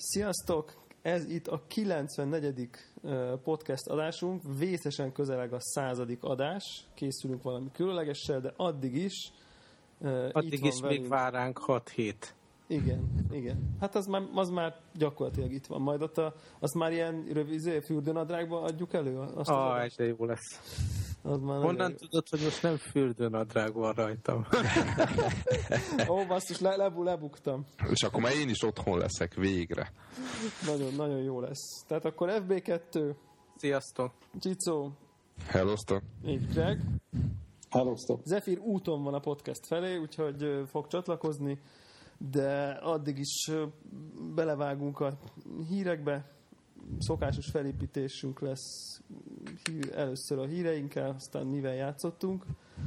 Sziasztok! Ez itt a 94. podcast adásunk, vészesen közeleg a 100. adás, készülünk valami különlegessel, de addig is addig is még vár ránk 6 hét. Igen. Hát az már gyakorlatilag itt van. Majd ott azt már ilyen rövid fürdőnadrágba adjuk elő? De jó lesz. Honnan tudod, hogy most nem fürdőnadrág van rajtam? Ó, basszus, lebuktam. És akkor már én is otthon leszek végre. Nagyon jó lesz. Tehát akkor FB2. Sziasztok. Csicó. Hellóztok. Így Greg. Hellóztok. Zephyr úton van a podcast felé, úgyhogy fog csatlakozni, de addig is belevágunk a hírekbe. Szokásos felépítésünk lesz először a híreinkkel, aztán mivel játszottunk.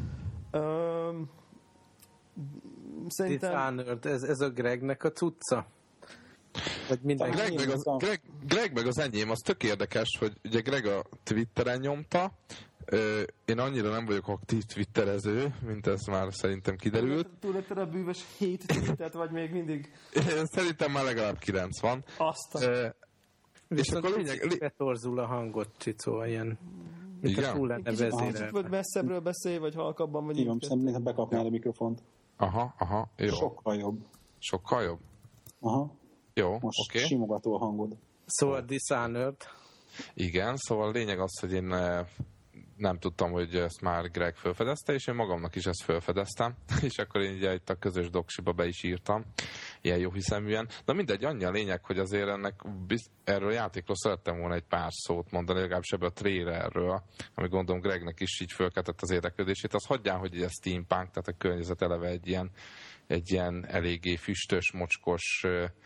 Szerintem... Ez a Gregnek a cucca? Vagy mindenki? Greg meg az enyém, az tök érdekes, hogy ugye Greg a Twitteren nyomta, én annyira nem vagyok aktív twitterező, mint ez már szerintem kiderült. Tudod a bűvös 7 tweetet, vagy még mindig? Szerintem már legalább 9 van. És akkor betorzul a hangot, Csicó, ilyen, mint a túl lenne vezérel. Vagy messzebbről beszélj, vagy halkabban, vagy így. Szerintem, ha bekapnál a mikrofont. Aha, jó. Sokkal jobb. Sokkal jobb? Aha. Jó, most simogató a hangod. Szóval Dishonored. Igen, szóval a lényeg az, hogy én nem tudtam, hogy ezt már Greg felfedezte, és én magamnak is ezt felfedeztem, és akkor én ugye itt a közös doksiba be is írtam, ilyen jó hiszeműen. De mindegy, annyi a lényeg, hogy azért erről a játékról szerettem volna egy pár szót mondani, legalábbis ebből a trailerről, ami gondolom Gregnek is így fölkeltett az érdeklődését. Az hagyján, hogy ez steampunk, tehát a környezet eleve egy ilyen eléggé füstös, mocskos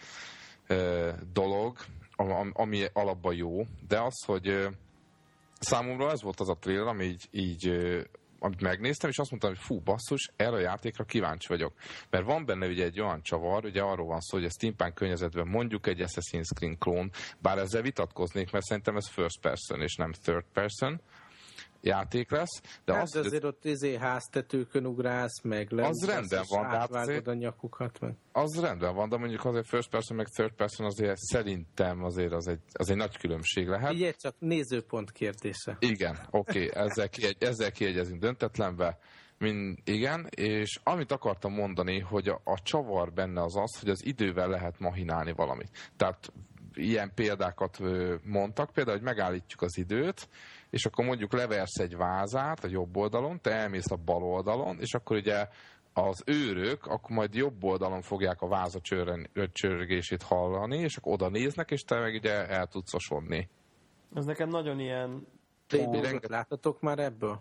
dolog, ami alapban jó, de az, hogy számomra ez volt az a trailer, amit megnéztem, és azt mondtam, hogy fú, basszus, erre a játékra kíváncsi vagyok. Mert van benne ugye egy olyan csavar, ugye arról van szó, hogy a steampunk környezetben mondjuk egy Assassin's Creed klón, bár ezzel vitatkoznék, mert szerintem ez first person és nem third person játék lesz. De hát az, azért ott háztetőkön ugrálsz, meg az rendben van, átvágod a nyakukat. Meg. Az rendben van, de mondjuk azért first person, meg third person azért szerintem azért az egy nagy különbség lehet. Ugye csak nézőpont kérdése. Igen, oké, ezzel kiegyezünk döntetlenbe. Igen, és amit akartam mondani, hogy a csavar benne az, hogy az idővel lehet machinálni valamit. Tehát ilyen példákat mondtak, például, hogy megállítjuk az időt, és akkor mondjuk leversz egy vázát a jobb oldalon, te elmész a bal oldalon, és akkor ugye az őrök akkor majd jobb oldalon fogják a váza csörgését hallani, és akkor oda néznek, és te meg ugye el tudsz osonni. Ez nekem nagyon ilyen... Láttatok már ebből?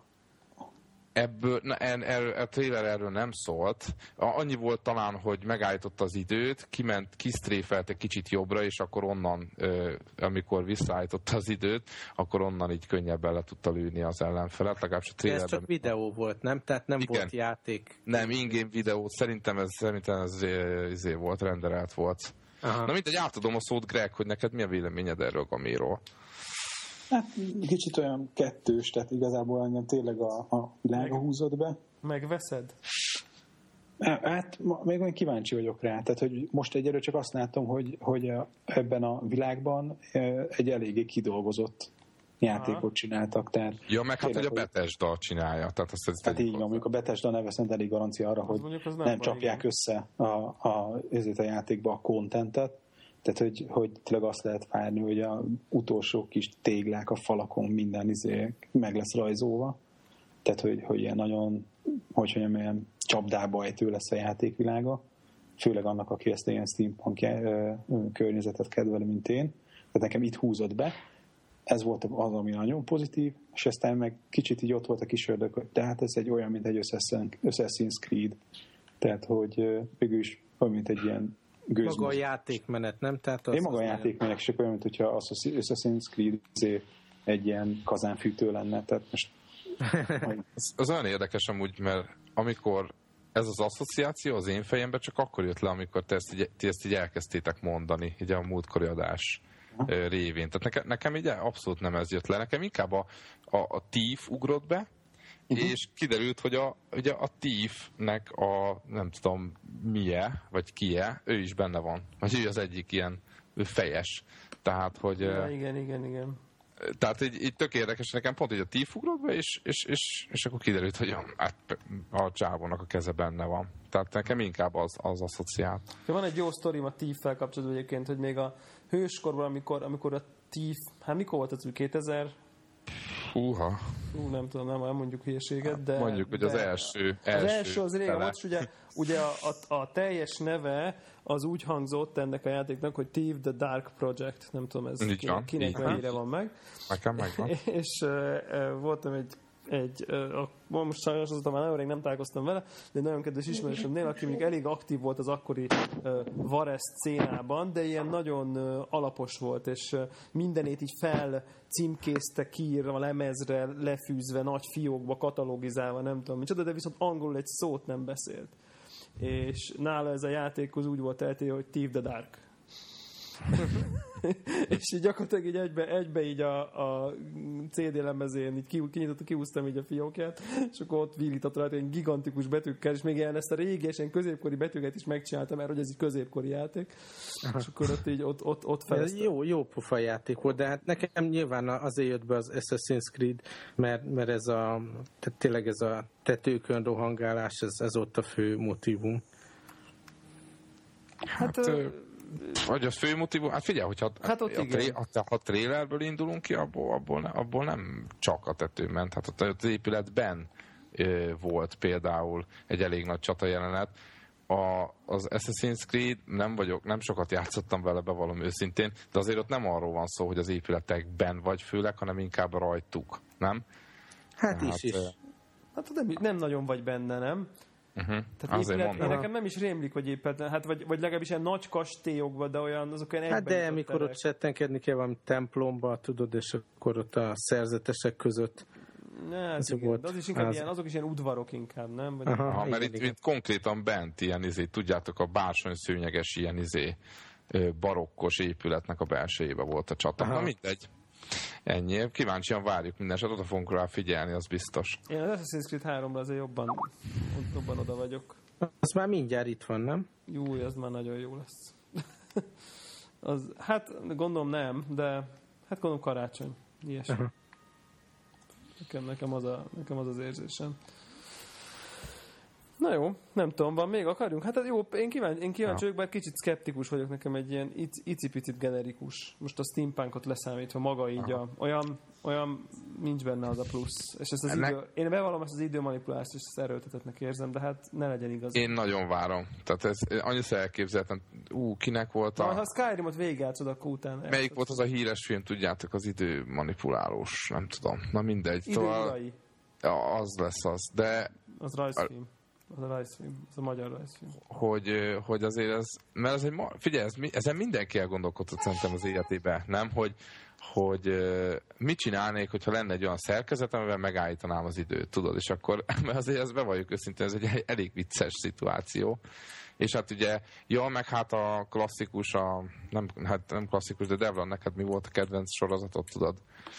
A trailer erről nem szólt. Annyi volt talán, hogy megállította az időt, kisztréfelt egy kicsit jobbra, és akkor onnan, amikor visszaállította az időt, akkor onnan így könnyebben le tudta lőni az ellenfelet. Legalábbis a trailerben... Ez csak videó volt, nem? Tehát nem volt játék. Nem, in-game videó. Szerintem ez volt, renderelt volt. Aha. Na mindegy, átadom a szót, Greg, hogy neked mi a véleményed erről a gaméról? Hát kicsit olyan kettős, tehát igazából engem tényleg a világa húzott be. Megveszed? Hát még olyan kíváncsi vagyok rá. Tehát, hogy most egyelőre csak azt látom, hogy ebben a világban egy eléggé kidolgozott játékot csináltak. Tehát ja, meg hát, hogy a Bethesda csinálja. Tehát így van, mondjuk a Bethesda neve szerint elég garancia arra, hogy nem csapják össze a játékba a contentet. Tehát, hogy tényleg azt lehet várni, hogy a utolsó kis téglák a falakon minden meg lesz rajzolva. Tehát, hogy ilyen nagyon, ilyen csapdába ejtő lesz a játékvilága. Főleg annak, aki ezt ilyen steampunk környezetet kedveli, mint én. Tehát nekem itt húzott be. Ez volt az, ami nagyon pozitív, és aztán meg kicsit így ott volt a kis ördög, hogy tehát ez egy olyan, mint egy Assassin's Creed. Tehát, hogy végül is olyan, mint egy ilyen gőzmos. Maga a játékmenet, nem? Tehát én maga a játékmenet, és olyan, mint hogyha Assassin's Creed egy ilyen kazánfűtő lenne. Tehát most... az olyan érdekes amúgy, mert amikor ez az asszociáció az én fejemben csak akkor jött le, amikor ti ezt így elkezdtétek mondani, így a múltkori adás révén. Tehát nekem így abszolút nem ez jött le. Nekem inkább a Thief ugrott be, és kiderült, hogy ugye a Thiefnek nem tudom milyen, vagy kie, ő is benne van. Vagy ő az egyik ilyen fejes. Tehát, hogy... Ja, igen. Tehát így tök érdekes, nekem pont így a Thief ugrott be, és akkor kiderült, hogy a csávónak a keze benne van. Tehát nekem inkább az asszociált. Van egy jó sztorim a Thief-fel kapcsolatban egyébként, hogy még a hőskorban, amikor a Thief, hát mikor volt az, 2000? Húha. Nem tudom, nem mondjuk hülyeséget, de... Mondjuk, hogy az első. Az első az régen volt, és ugye a teljes neve az úgy hangzott ennek a játéknak, hogy Thief the Dark Project. Nem tudom, ez kinek mennyire van meg. Nekem megvan. És voltam most sajnos azóta már nagyon rég nem találkoztam vele, de nagyon kedves ismerősömnél, aki még elég aktív volt az akkori Vares szcénában, de ilyen nagyon alapos volt, és mindenét így felcímkézte, kiírva a lemezre, lefűzve, nagy fiókba, katalogizálva, nem tudom micsoda, de viszont angolul egy szót nem beszélt. És nála ez a játékhoz úgy volt eltéve, hogy Thief the Dark. És így gyakorlatilag így egybe így a CD lemezén így kihúztam így a fiókját, és akkor ott vírított rajta egy gigantikus betűkkel, és még ilyen ezt a régi és ilyen középkori betűket is megcsináltam, mert hogy ez egy középkori játék. Aha. És akkor ott így ott feleztem. Jó pofa játék volt, de hát nekem nyilván azért jött be az Assassin's Creed, mert ez tehát tényleg ez a tetőkön rohangálás, ez ott a fő motívum. Hát vagy a fő motivum, hát figyelj, hogyha a trailerből indulunk ki, abból nem csak a tető ment. Hát az épületben volt például egy elég nagy csata jelenet. Az Assassin's Creed nem sokat játszottam vele, bevallom őszintén, de azért ott nem arról van szó, hogy az épületekben vagy főleg, hanem inkább rajtuk, nem? Hát is. Hát nem nagyon vagy benne, nem? Tehát nekem nem is rémlik, hogy éppen, hát vagy legalábbis ilyen nagy kastélyokban, de azok olyan hát de amikor ott settenkedni kell valami templomba, tudod, és akkor ott a szerzetesek között. Hát igen, de az is inkább azok is ilyen udvarok inkább, nem? Vagy mert itt konkrétan bent ilyen tudjátok, a bársonyszőnyeges ilyen barokkos épületnek a belsejébe volt a csata. Na mindegy. Ennyi. Kíváncsian várjuk minden eset, oda fogunk rá figyelni, az biztos. Én az Assassin's Creed 3-ra azért jobban oda vagyok. Az már mindjárt itt van, nem? Jó, az már nagyon jó lesz. Hát gondolom nem, de hát gondolom karácsony. Ilyesmi. Nekem az érzésem. Na jó, nem tudom, van még akarjunk? Hát jó, én kíváncsi vagyok, bár kicsit szkeptikus vagyok, nekem egy ilyen icipicit generikus. Most a steampunkot leszámítva maga így olyan nincs benne az a plusz. És én bevallom ezt az időmanipulálást, és ezt erőltetetnek érzem, de hát ne legyen igaz. Én nagyon várom. Tehát ez annyira elképzelhetem. Kinek volt ha a Skyrimot végigjátszod, akkor utána. Melyik volt az a híres film, tudjátok, az időmanipulálós, nem tudom. Na mindegy. Időurai. Az lesz az, de... Az rajzfilm. Az a rajzfilm, az a magyar rajzfilm. Hogy azért ez, mert ez figyelj, ezen mindenki elgondolkodott szerintem az életében, nem? Hogy mit csinálnék, hogyha lenne egy olyan szerkezet, amivel megállítanám az időt, tudod? És akkor, mert azért ezt bevalljuk őszintén, ez egy elég vicces szituáció. És hát ugye, meg hát a klasszikus, nem klasszikus, de Devla, neked mi volt a kedvenc sorozatot, tudod?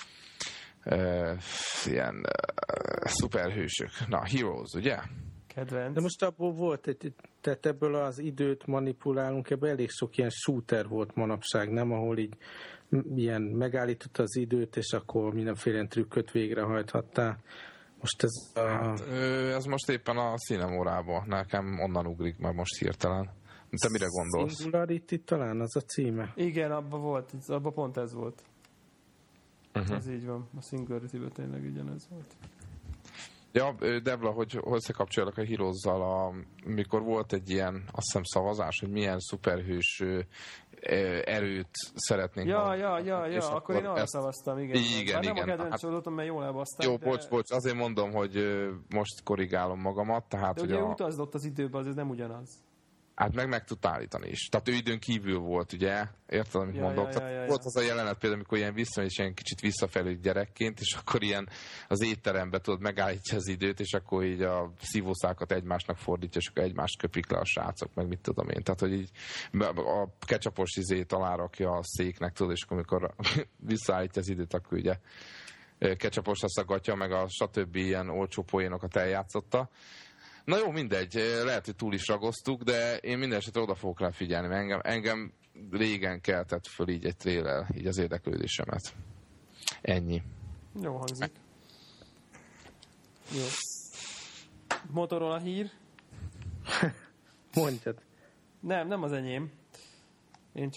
Ilyen szuperhősök. Na, Heroes, ugye? Kedvenc. De most abból volt, tehát ebből az időt manipulálunk, ebből elég sok ilyen shooter volt manapság, nem? Ahol így ilyen megállította az időt, és akkor mindenféle trükköt végrehajthattál. Most ez most éppen a Cinemórában. Nekem onnan ugrik már most hirtelen. Te mire gondolsz? Singularity talán az a címe? Igen, abban pont ez volt. Ez így van. A Singularity-ből tényleg ugyanez volt. Ja, Debla, hogy összekapcsoljalak a Heroes-zal, mikor volt egy ilyen, azt hiszem, szavazás, hogy milyen szuperhős erőt szeretnénk. Ja, akkor én arra szavaztam, igen. Igen. Nem a kedvenc sorozatom, mert jól elbaszták. Jó, bocs, azért mondom, hogy most korrigálom magamat. Tehát, de ugye utazott az időben, az nem ugyanaz. Hát meg tud állítani is. Tehát ő időn kívül volt, ugye? Érted, amit mondok? Volt az a jelenet például, amikor ilyen visszamegy, és ilyen kicsit visszafelé gyerekként, és akkor ilyen az étterembe tudod, megállítja az időt, és akkor így a szívószákat egymásnak fordítja, és akkor egymást köpik le a srácok, meg mit tudom én. Tehát, hogy így a ketchupos alárakja a széknek, tudod, és amikor visszaállítja az időt, akkor ugye ketchuposra szagatja, meg a stb. Ilyen olcsó poénokat eljátszotta. Na jó, mindegy, lehet, hogy túl is ragoztuk, de én minden esetre oda fogok rá figyelni, mert engem régen keltett föl így egy trailer, így az érdeklődésemet. Ennyi. Jó hangzik. Jó. Motorola hír? Mondjad. Nem az enyém. Én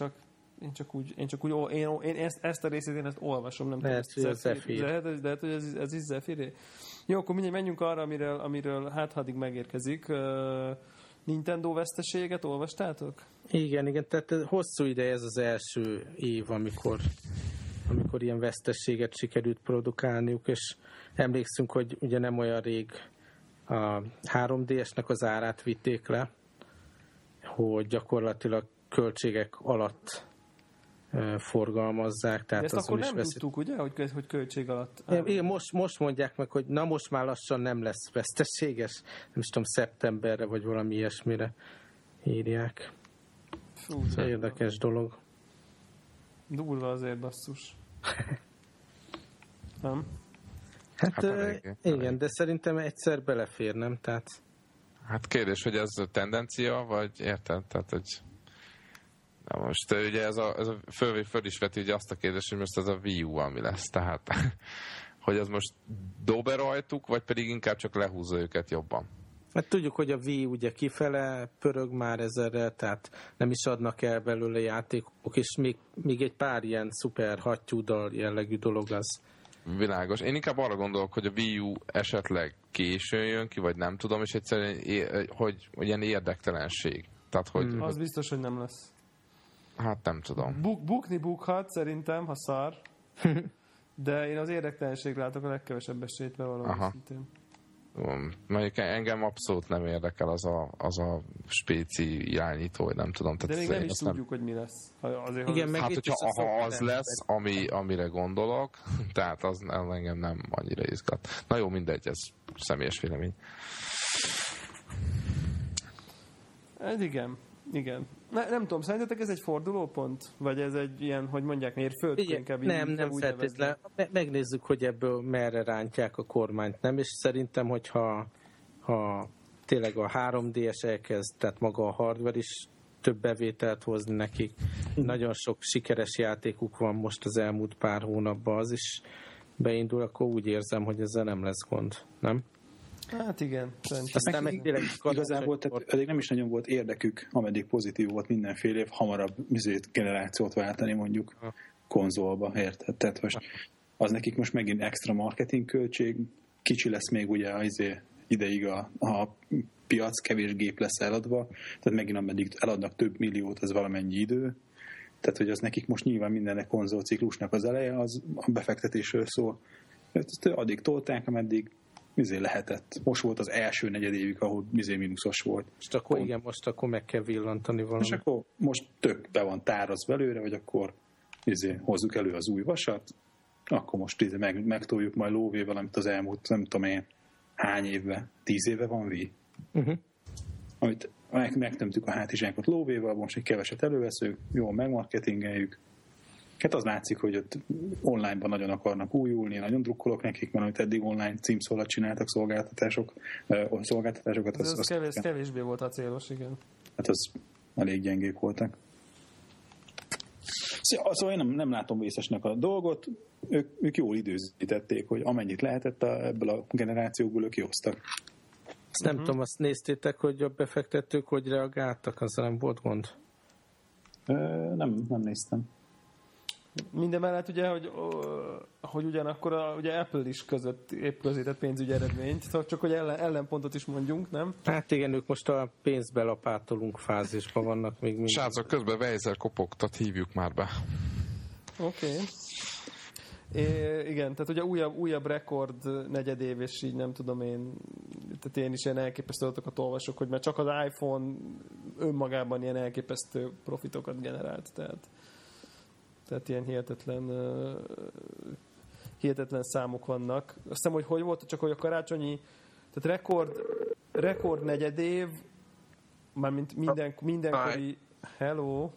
ezt a részét én ezt olvasom, nem tudom. Lehet, hogy ez Zephyr. Lehet, hogy ez is Zephyré. Jó, akkor mindjárt menjünk arra, amiről hát addig megérkezik. Nintendo veszteséget olvastátok? Igen, tehát hosszú ideje ez az első év, amikor ilyen veszteséget sikerült produkálniuk, és emlékszünk, hogy ugye nem olyan rég a 3DS-nek az árát vitték le, hogy gyakorlatilag költségek alatt forgalmazzság. Tehát de ezt akkor nem tudtuk, ugye, hogy költség alatt? Igen, most mondják meg, hogy na most már lassan nem lesz veszteséges, nem is tudom, szeptemberre vagy valami ilyesmire írják. Fú, ez érdekes dolog. Durva azért, basszus. Nem? Hát igen, de szerintem egyszer belefér, nem? Tehát... Hát kérdés, hogy ez tendencia, vagy érted? Tehát, hogy... Na most ugye ez a föl is veti ugye azt a kérdést, hogy most ez a Wii U, ami lesz. Tehát, hogy ez most dob-e rajtuk, vagy pedig inkább csak lehúzza őket jobban? Hát tudjuk, hogy a Wii ugye kifele pörög már ezerre, tehát nem is adnak el belőle játékok, és még egy pár ilyen szuper hattyúdal jellegű dolog az. Világos. Én inkább arra gondolok, hogy a Wii U esetleg későn jön ki, vagy nem tudom, és egyszerűen, hogy ilyen érdektelenség. Tehát, hogy, az biztos, hogy nem lesz. Hát nem tudom. Bukhat szerintem, ha szar. De én az érdektelenségre látok a legkevesebb esélyt, valami szintén. Mondjuk engem abszolút nem érdekel az a spéci irányító, vagy nem tudom. Tehát de még nem is tudjuk, hogy mi lesz. Igen, hát, hogyha az lesz, amire gondolok, tehát az engem nem annyira izgat. Na jó, mindegy, ez személyes vélemény. Igen. Nem tudom, szerintetek ez egy fordulópont? Vagy ez egy ilyen, hogy mondják, mérföldkő? Nem feltétlenül. Megnézzük, hogy ebből merre rántják a kormányt, nem? És szerintem, hogyha tényleg a 3DS elkezd, tehát maga a hardware is több bevételt hozni nekik. Nagyon sok sikeres játékuk van most az elmúlt pár hónapban, az is beindul, akkor úgy érzem, hogy ezzel nem lesz gond, nem? Hát igen. Igazából eddig nem is nagyon volt érdekük, ameddig pozitív volt mindenféle év, hamarabb generációt váltani mondjuk konzolba, érted? Tehát most az nekik most megint extra marketing költség, kicsi lesz még ugye ideig a piac, kevés gép lesz eladva, tehát megint ameddig eladnak több milliót, ez valamennyi idő. Tehát, hogy az nekik most nyilván mindennek konzolciklusnak az eleje, az a befektetésről szól. Ezt addig tolták, ameddig lehetett. Most volt az első negyedévig, ahol mínuszos volt. Most akkor meg kell villantani valamit. És akkor most tök be van tárazva előre, hogy akkor hozzuk elő az új vasat, akkor most megtoljuk majd lóvéval, amit az elmúlt, nem tudom én, hány évben, 10 éve van Wii. Amit megtömtük a hátizsánkot lóvéval, most egy keveset előveszünk, jól megmarketingeljük. Hát az látszik, hogy ott online-ban nagyon akarnak újulni, nagyon drukkolok nekik, mert amit eddig online címszó alatt csináltak szolgáltatásokat. Ez kevésbé volt a célos, igen. Hát az elég gyengék voltak. Szóval én nem látom vészesnek a dolgot, ők jól időzítették, hogy amennyit lehetett ebből a generációból ők kihoztak. Azt nem tudom, azt néztétek, hogy a befektetők hogy reagáltak, azzal nem volt gond? Nem néztem. Mindemellett ugye, hogy ugyanakkor ugye Apple is épp közített pénzügyi eredményt, csak hogy ellenpontot is mondjunk, nem? Hát igen, ők most a pénzbelapátolunk fázisban vannak még mindig. Srácok, közben Weiser kopogtat, hívjuk már be. Oké. Igen, tehát ugye újabb rekord negyedév, és így nem tudom én, tehát én is ilyen elképesztő adatokat olvasok, hogy már csak az iPhone önmagában ilyen elképesztő profitokat generált, tehát ilyen hihetetlen számok vannak. Azt hiszem, hogy volt, csak hogy a karácsonyi, tehát rekord negyedév, mármint mindenkori... Hello.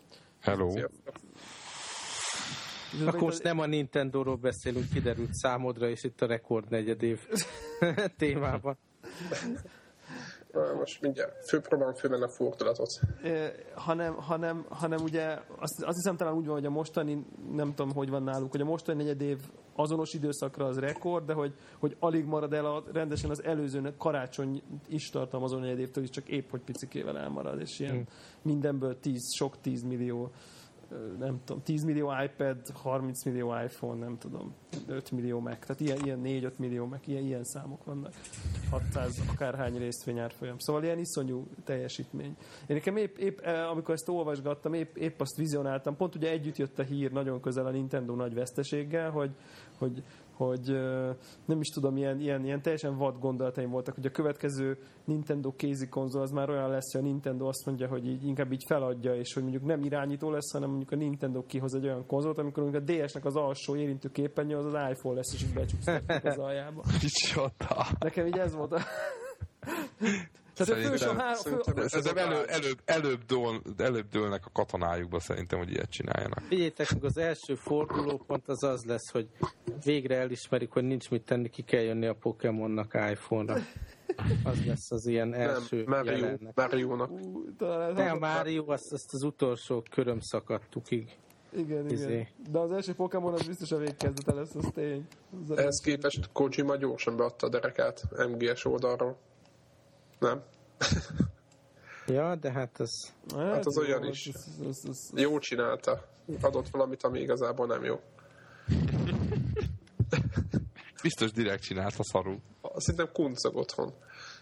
Akkor most nem a Nintendo-ról beszélünk, kiderült számodra, és itt a rekord negyedév témában. Most mindjárt próbálom fölmenni a fordulatot. Hanem ugye azt hiszem talán úgy van, hogy a mostani, nem tudom, hogy van náluk, hogy a mostani negyedév azonos időszakra az rekord, de hogy alig marad el rendesen az előzőnek, karácsony is tartalmazó negyedévtől is, csak épp hogy picikével elmarad, és ilyen mindenből 10 millió, nem tudom, 10 millió iPad, 30 millió iPhone, nem tudom, 5 millió Mac, tehát ilyen 4-5 millió Mac, ilyen számok vannak. 600 akárhány részvényárfolyam. Szóval ilyen iszonyú teljesítmény. Én nekem épp amikor ezt olvasgattam, épp azt vizionáltam, pont ugye együtt jött a hír nagyon közel a Nintendo nagy veszteséggel, hogy nem is tudom, ilyen teljesen vad gondolataim voltak, hogy a következő Nintendo kézi konzol az már olyan lesz, hogy a Nintendo azt mondja, hogy inkább így feladja, és hogy mondjuk nem irányító lesz, hanem mondjuk a Nintendo kihoz egy olyan konzolt, amikor mondjuk a DS-nek az alsó érintő képernyő az iPhone lesz, és így becsúsztatjuk az aljába. Nekem így ez volt a... Előbb dőlnek a katonájukba szerintem, hogy ilyet csináljanak. Figyeljetek, az első fordulópont az lesz, hogy végre elismerik, hogy nincs mit tenni, ki kell jönni a Pokémonnak iPhone-ra. Az lesz az ilyen első jelennek. Mario-nak. De a Mario, azt az utolsó köröm szakadtukig. Igen. De az első Pokémon az biztos a végkezdete lesz, az tény. Ehhez képest Kojima gyorsan beadta a derekát MGS oldalról. Nem? Ja, de hát az... Hát az olyan is. Jó csinálta. Adott valamit, ami igazából nem jó. Biztos direkt csinálta szarul. Szerintem kuncog otthon.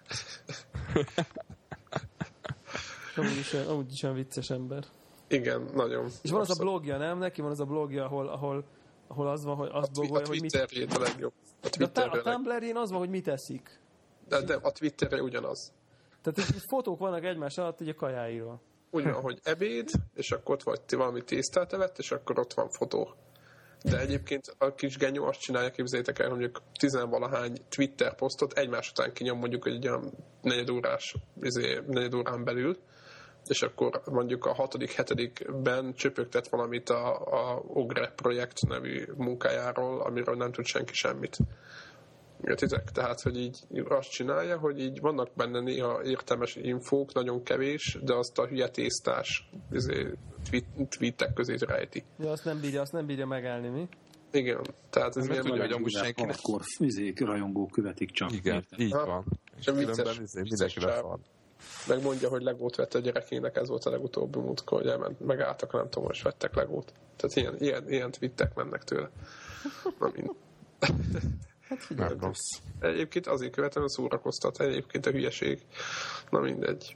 Amúgy is olyan vicces ember. Igen, nagyon. És van az a blogja, nem? Neki van az a blogja, ahol az van, hogy azt blogolja, hogy mit... A Twitterjét a legjobb. A Tumblr-jén az van, hogy mit eszik. De a Twitterre ugyanaz. Tehát fotók vannak egymás alatt, így a kajáiról. Úgy van, hogy ebéd, és akkor ott vagy valami tésztát evett, és akkor ott van fotó. De egyébként a kis genyó azt csinálja, képzeljétek el, hogy mondjuk 10-valahány Twitter posztot egymás után kinyom mondjuk egy olyan negyed órán belül, és akkor mondjuk a 6.-7.-ben csöpögtet valamit a Ogre projekt nevű munkájáról, amiről nem tud senki semmit. Értitek? Tehát, hogy így azt csinálja, hogy így vannak benne néha értelmes infók, nagyon kevés, de azt a hülye tésztás tweetek közé rejti. Ja, azt nem bírja megállni, mi? Igen. Tehát ez ilyen tudja, hogy amúgy senkinek. Akkor rajongók követik csak. Igen, így van. És vicces megmondja, hogy Legót vett a gyerekének, ez volt a legutóbbi múltkor, hogy megálltak, nem tudom, most vettek Legót. Tehát ilyen tweetek mennek tőle. Na mind. Nem rossz. Egyébként azért követem, hogy szórakoztat. Egyébként a hülyeség. Na mindegy.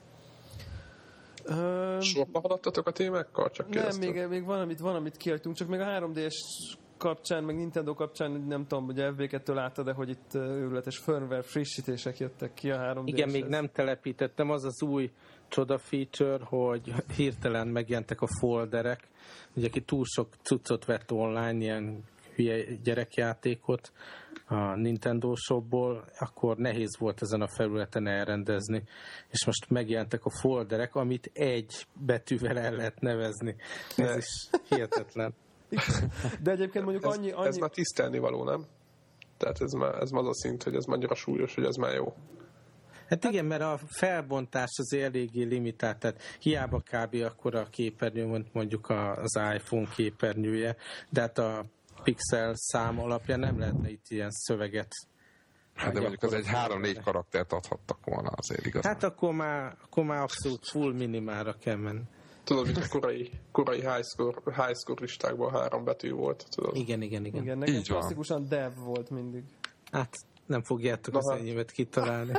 Sorba haladtatok a témákkal? Csak nem, még van, amit kihagytunk, csak még a 3D-s kapcsán, meg Nintendo kapcsán, nem tudom, hogy FB2-től látta, de hogy itt őrületes firmware frissítések jöttek ki a 3D-s. Igen, még nem telepítettem, az új csoda feature, hogy hirtelen megjelentek a folderek. Ugye aki túl sok cuccot vett online, ilyen hülye gyerekjátékot a Nintendo shopból, akkor nehéz volt ezen a felületen elrendezni. És most megjelentek a folderek, amit egy betűvel el lehet nevezni. Ez is hihetetlen. De egyébként mondjuk annyi... Ez már tisztelni való, nem? Tehát ez már az a szint, hogy ez annyira súlyos, hogy ez már jó. Hát igen, mert a felbontás az eléggé limitált, tehát hiába kb. Akkora a képernyő, mint mondjuk az iPhone képernyője, de hát a pixel szám alapján nem lehetne itt ilyen szöveget. Hát de mondjuk az egy 3-4 karaktert adhattak volna azért igaz. Hát akkor már abszolút full minimára kell menni. Tudod, mint a korai high score listákban 3 betű volt. Tudod? Igen. Igen, nekem klasszikusan dev volt mindig. Hát nem fogjátok az enyémet kitalálni.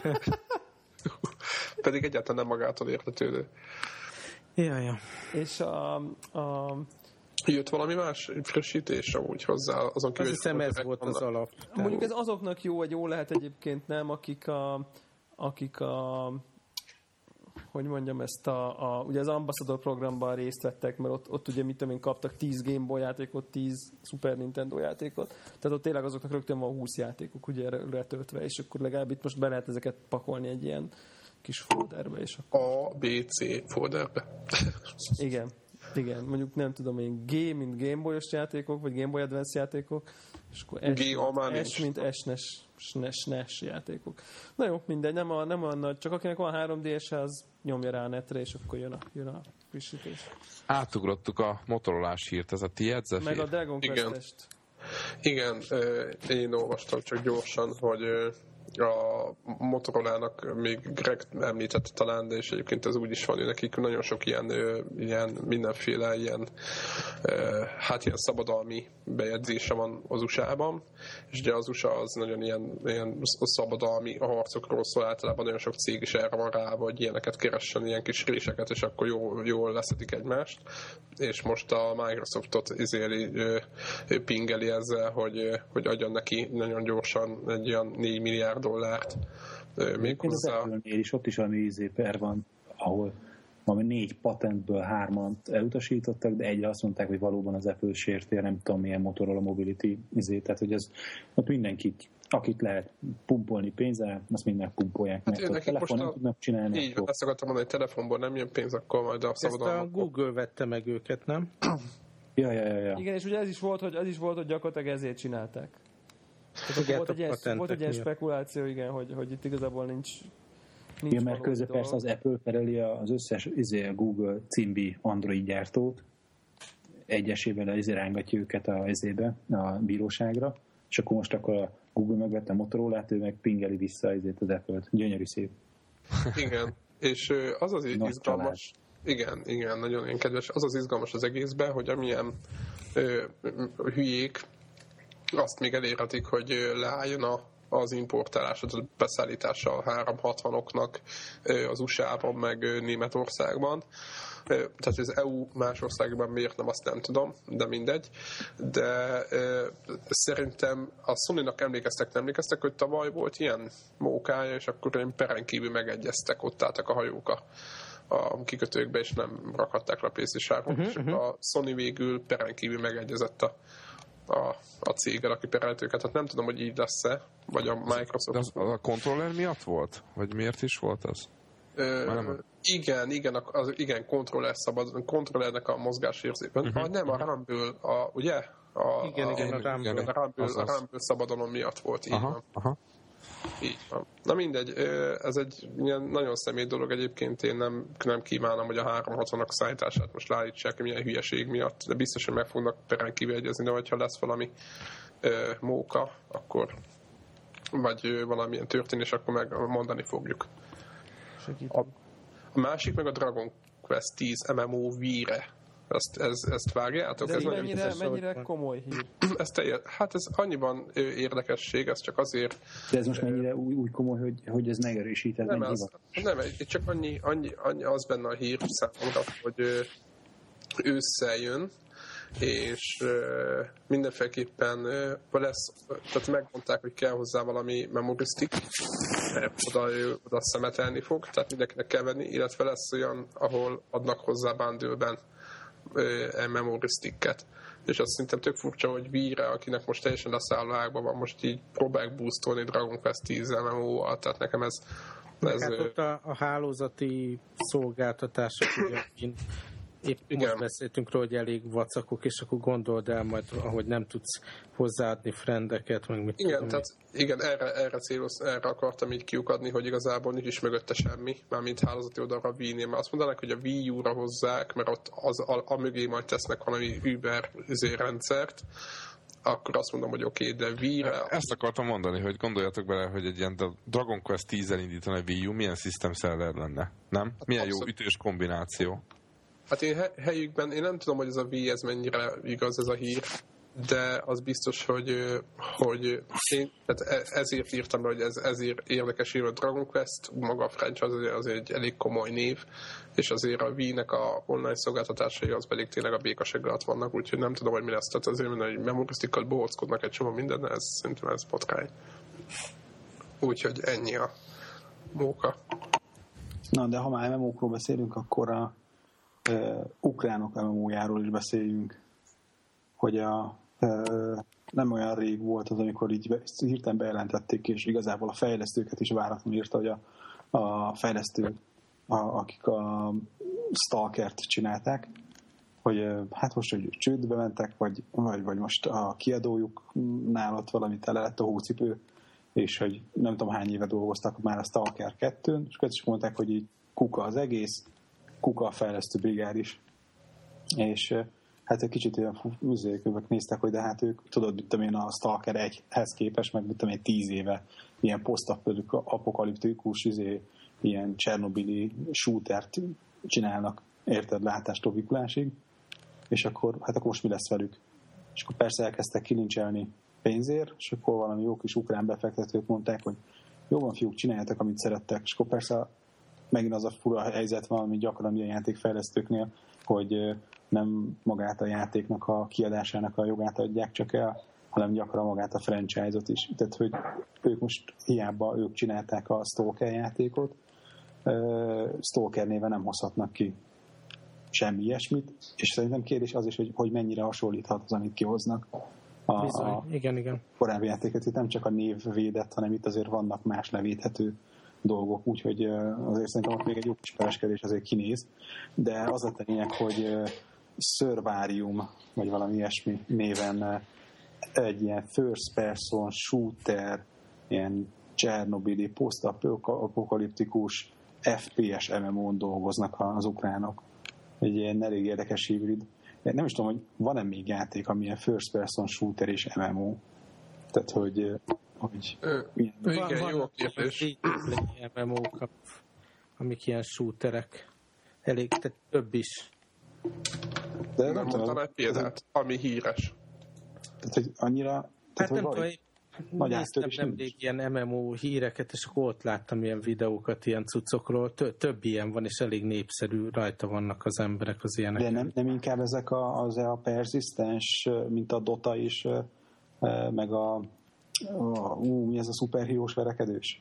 Pedig egyáltalán nem magától értetődő. Ja. És jött valami más frissítés amúgy hozzá? Azon kívül, azt hiszem ez volt az alap. Mondjuk ez azoknak jó lehet egyébként, nem? Akik hogy mondjam ezt ugye az Ambassador programban részt vettek, mert ott ugye mit tudom én, kaptak 10 Game Boy játékot, 10 Super Nintendo játékot. Tehát ott tényleg azoknak rögtön van 20 játékuk ugye letöltve, és akkor legalább itt most be lehet ezeket pakolni egy ilyen kis folderbe. És akkor... A, B, C folderbe. Igen. Igen, mondjuk nem tudom én, G, mint Gameboy-os játékok, vagy Game Boy Advance játékok, és akkor S mint SNES játékok. Na jó, mindegy, nem a nagy, csak akinek van 3DS-e, az nyomja rá a netre, és akkor jön a frissítés. Átugrottuk a Motorola-s hírt, ez a tiéd, Zephyr? Meg a Dragon Quest-est. Igen, én olvastam csak gyorsan, hogy a Motorolának még Greg említette talán, de és egyébként ez úgy is van, hogy nekik nagyon sok ilyen mindenféle ilyen szabadalmi bejegyzése van az USA-ban, és ugye az USA az nagyon ilyen szabadalmi harcokról szól, általában nagyon sok cég is erre van rá, hogy ilyeneket keressen, ilyen kis réseket, és akkor jól leszedik egymást, és most a Microsoftot pingeli ezzel, hogy adjon neki nagyon gyorsan egy olyan $4 milliárd méghozzá. Az Apple-nél is ott is valami per van, ahol valami 4 patentből 3-at elutasítottak, de egyre azt mondták, hogy valóban az Apple sérti, nem tudom milyen Motorola Mobility tehát hogy ez ott mindenkit, akit lehet pumpolni pénzzel, azt mindent pumpolják meg. Hát telefon nem tudnak csinálni. Így van, ezt akartam mondani, hogy telefonból nem jön pénz, akkor majd a szabadalmak. Ezt a Google vette meg őket, nem? Ja. Igen, és ugye ez is volt, hogy gyakorlatilag ezért csinálták. Volt egy ilyen spekuláció, igen, hogy itt igazából nincs mert közben persze az Apple pereli az összes a Google címbi Android gyártót, egyesével rángatja őket a bíróságra, és akkor most a Google megvette a Motorolát, ő meg pingeli vissza az Apple-t. Gyönyörű szép. Igen, és az izgalmas, igen, nagyon ilyen kedves, az izgalmas az egészben, hogy amilyen hülyék azt még elérhetik, hogy leálljon az importálás, az beszállítása a 360-oknak az USA-ban, meg Németországban. Tehát az EU más országban miért nem, azt nem tudom, de mindegy. De szerintem a Sony-nak emlékeztek, hogy tavaly volt ilyen mókája, és akkor én peren kívül megegyeztek, ott álltak a hajók a kikötőkbe, és nem rakhatták le a PlayStation 3-ot, és a Sony végül peren kívül megegyezett a céggel, aki perelt őket. Hát nem tudom, hogy így lesz-e, vagy a Microsoft. De az a kontroller miatt volt? Vagy miért is volt az? Igen, kontroller szabad, kontrollernek a mozgásérzében. Nem, a Rumble, ugye? A Rumble szabadalom miatt volt, így van. Így van. Na mindegy, ez egy ilyen nagyon személy dolog egyébként, én nem kívánom, hogy a 360-nak szállítását most leállítsák milyen hülyeség miatt, de biztos, hogy meg fognak peren kívül egyezni, de hogyha lesz valami móka, akkor vagy valamilyen történés, akkor meg mondani fogjuk. A másik meg a Dragon Quest 10 MMO Wii-re. Ezt vágjátok? Ez mennyire komoly hír? Hát ez annyiban érdekesség, ez csak azért... De ez most mennyire úgy komoly, hogy ez megerősített? Nem, csak annyi az benne a hír számomra, hogy ősszel jön, és mindenféleképpen lesz, tehát megmondták, hogy kell hozzá valami memory stick, oda szemetelni fog, tehát mindenkinek kell venni, illetve lesz olyan, ahol adnak hozzá bundle-ben memory sticket. És azt szerintem tök furcsa, hogy Wii-re, akinek most teljesen leszállóágban van, most így próbálják boostolni Dragon Quest 10 MMO-val, tehát nekem ez hát ott a hálózati szolgáltatások, épp most beszéltünk róla, hogy elég vacakok, és akkor gondold el majd, ahogy nem tudsz hozzáadni frendeket, meg mit tudom. Erre akartam így kiukadni, hogy igazából nincs is mögötte semmi, mármint hálózati oldalra a Wii-nél, mert azt mondanak, hogy a Wii U-ra hozzák, mert ott a mögé majd tesznek valami Uber rendszert, akkor azt mondom, hogy oké, de Wii-re... Ezt akartam mondani, hogy gondoljatok bele, hogy egy ilyen Dragon Quest 10-el indítani a Wii U, milyen system seller lenne, nem? Milyen jó ütős kombináció. Hát én helyükben, én nem tudom, hogy ez a Wii, ez mennyire igaz ez a hír, de az biztos, hogy én tehát ezért írtam be, hogy ezért érdekes írva a Dragon Quest, maga a franchise az egy elég komoly név, és azért a Wii-nek a online szolgáltatásai az pedig tényleg a békaseg alatt vannak, úgyhogy nem tudom, hogy mi lesz. Tehát azért minden, hogy memorisztikkal bohóckodnak egy csomó mindenne, ez szerintem ez botrány. Úgyhogy ennyi a móka. Na, de ha már MMO-król beszélünk, akkor a ukránok MMO-járól is beszéljünk, hogy nem olyan rég volt az, amikor így hirtelen bejelentették, és igazából a fejlesztőket is váratlanul írta, hogy a fejlesztők, akik a Stalkert csinálták, hát most, hogy csődbe mentek, vagy most a kiadójuknál ott valami tele lett a hócipő, és hogy nem tudom hány éve dolgoztak már a Stalker 2-n, és azt is mondták, hogy így kuka az egész, kuka a fejlesztő brigád is. És hát egy kicsit olyan műzőkövök néztek, hogy de hát ők, tudod, mit tudom én, a Stalker 1-hez képest, meg mit tudom én, 10 éve ilyen posztapokaliptikus, ilyen Csernobili shootert csinálnak, érted, látástól vikulásig, és akkor most mi lesz velük? És akkor persze elkezdtek kilincselni pénzért, és akkor valami jó kis ukrán befektetők mondták, hogy jó van, fiúk, csináljátok, amit szerettek, és akkor persze megint az a fura helyzet van, ami gyakran ilyen játékfejlesztőknél, hogy nem magát a játéknak a kiadásának a jogát adják csak el, hanem gyakran magát a franchise-ot is. Tehát, hogy ők most hiába ők csinálták a Stalker játékot, Stalker néven nem hozhatnak ki semmi ilyesmit, és szerintem kérdés az is, hogy mennyire hasonlíthat az, amit kihoznak igen. korábbi játéket. Itt nem csak a név védett, hanem itt azért vannak más levédhető dolgok, úgyhogy azért szerintem ott még egy jó kis pereskedés azért kinéz, de az a lényeg, hogy Survarium, vagy valami ilyesmi néven egy ilyen first person shooter, ilyen Csernobili, posztapokaliptikus FPS MMO-n dolgoznak az ukránok. Egy ilyen elég érdekes hibrid. Nem is tudom, hogy van-e még játék, amilyen first person shooter és MMO. Tehát, hogy igen, jó kérdés. MMO-k, amik ilyen shooterek. Elég, tehát több is. De nem mondtam egy példát, ami híres. Tehát, hogy annyira... Hát nem tudom, néztem nemrég ilyen MMO híreket, és akkor ott láttam ilyen videókat ilyen cuccokról. Több ilyen van, és elég népszerű, rajta vannak az emberek az ilyenek. De nem inkább ezek a persistens, mint a Dota is, meg mi ez a szuperhírós verekedős?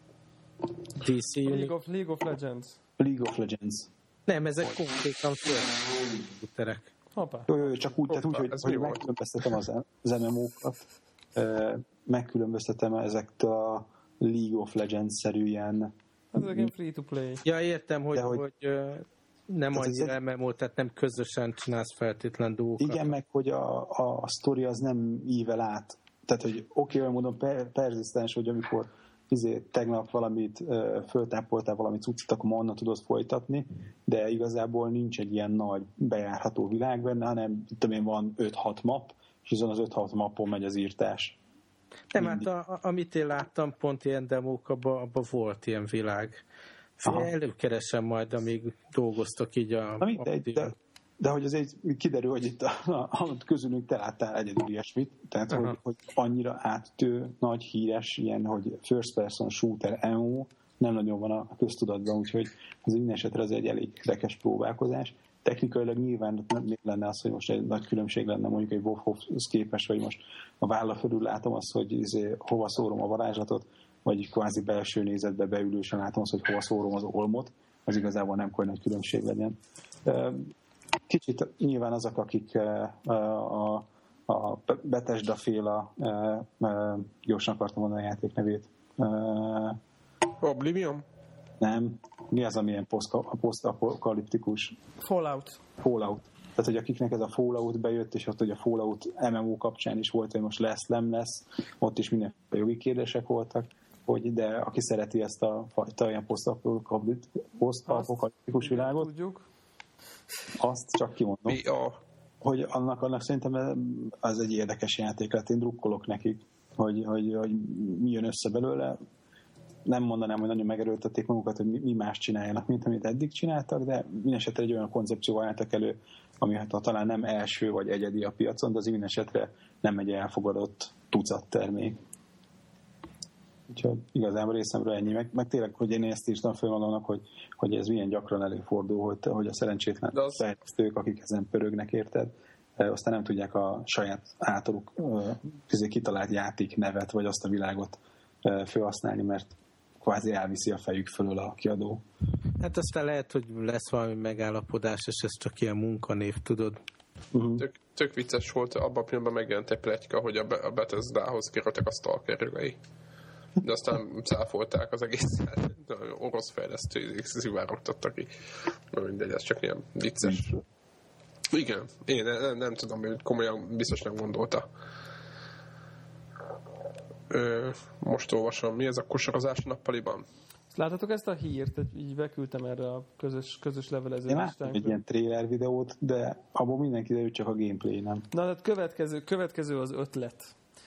DC League of Legends. League of Legends. Nem, ezek konkrétan shooterek. Jó, csak úgy, tehát úgy, hogy megkülönböztetem az MMO-kat. Megkülönböztetem ezektől a League of Legends-szerű ilyen... Ezek ilyen free-to-play. Ja, értem, hogy nem annyira MMO, tehát nem közösen csinálsz feltétlen dolgokat. Igen, meg hogy a sztori az nem ível át. Tehát, hogy olyan módon perzisztens, hogy amikor tegnap valamit föltápoltál valami cuccot, akkor onnan tudod folytatni, de igazából nincs egy ilyen nagy bejárható világ benne, hanem van 5-6 map, és azon az 5-6 mappon megy az írtás. Nem, hát amit én láttam, pont ilyen demók, abban volt ilyen világ. Előkeresem majd, amíg dolgoztak így de hogy azért kiderül, hogy itt közülünk te láttál egyedül ilyesmit, tehát hogy annyira áttő, nagy, híres, ilyen, hogy first person shooter MMO nem nagyon van a köztudatban, úgyhogy az minden esetre az egy elég érdekes próbálkozás. Technikailag nyilván nem lenne az, hogy most egy nagy különbség lenne mondjuk egy WoW-hoz képest, vagy most a válla fölül látom azt, hogy hova szórom a varázslatot, vagy kvázi belső nézetbe beülősen látom azt, hogy hova szórom az olmot, az igazából nem olyan nagy különbség legyen. Kicsit nyilván azok, akik a Bethesda-féle, gyorsan akartam mondani a játék nevét. Oblivion? Nem. Mi az, amilyen posztapokaliptikus? Fallout. Tehát, hogy akiknek ez a Fallout bejött, és ott, hogy a Fallout MMO kapcsán is volt, hogy most lesz, nem lesz, ott is mindenféle jogi kérdések voltak, de aki szereti ezt a fajta ilyen posztapokaliptikus világot, tudjuk. Azt csak kimondom, hogy annak szerintem az egy érdekes játék lett. Én drukkolok nekik, hogy mi jön össze belőle. Nem mondanám, hogy nagyon megerőltették magukat, hogy mi más csináljanak, mint amit eddig csináltak, de mindenesetre egy olyan koncepcióval álltak elő, ami hát talán nem első vagy egyedi a piacon, de az mindenesetre nem egy elfogadott tucat termék. Úgyhogy igazából részemről ennyi. Meg tényleg, hogy én ezt írtam föl magamnak, hogy ez milyen gyakran előfordul, hogy a szerencsétlen fejlesztők, akik ezen pörögnek, érted, aztán nem tudják a saját általuk kitalált játék nevet, vagy azt a világot felhasználni, mert kvázi elviszi a fejük fölül a kiadó. Hát aztán lehet, hogy lesz valami megállapodás, és ez csak ilyen munkanév, tudod. Tök vicces volt, abban a pillanatban megjelent egy pletyka, hogy a Bethesdához kértek a Stalker jogai. De aztán cáfolták az egészet. Orosz fejlesztői szivárogtattak ki. Mindegy, ez csak ilyen vicces. Igen, én nem tudom, hogy komolyan biztos nem gondolta. Most olvasom, mi ez a kosarazás nappaliban? Láthatok ezt a hírt? Így beküldtem erre a közös levelező listánkra. Én láttam egy ilyen trailer videót, de abból mindenki kiderült, csak a gameplay nem. Na, tehát következő az ötlet.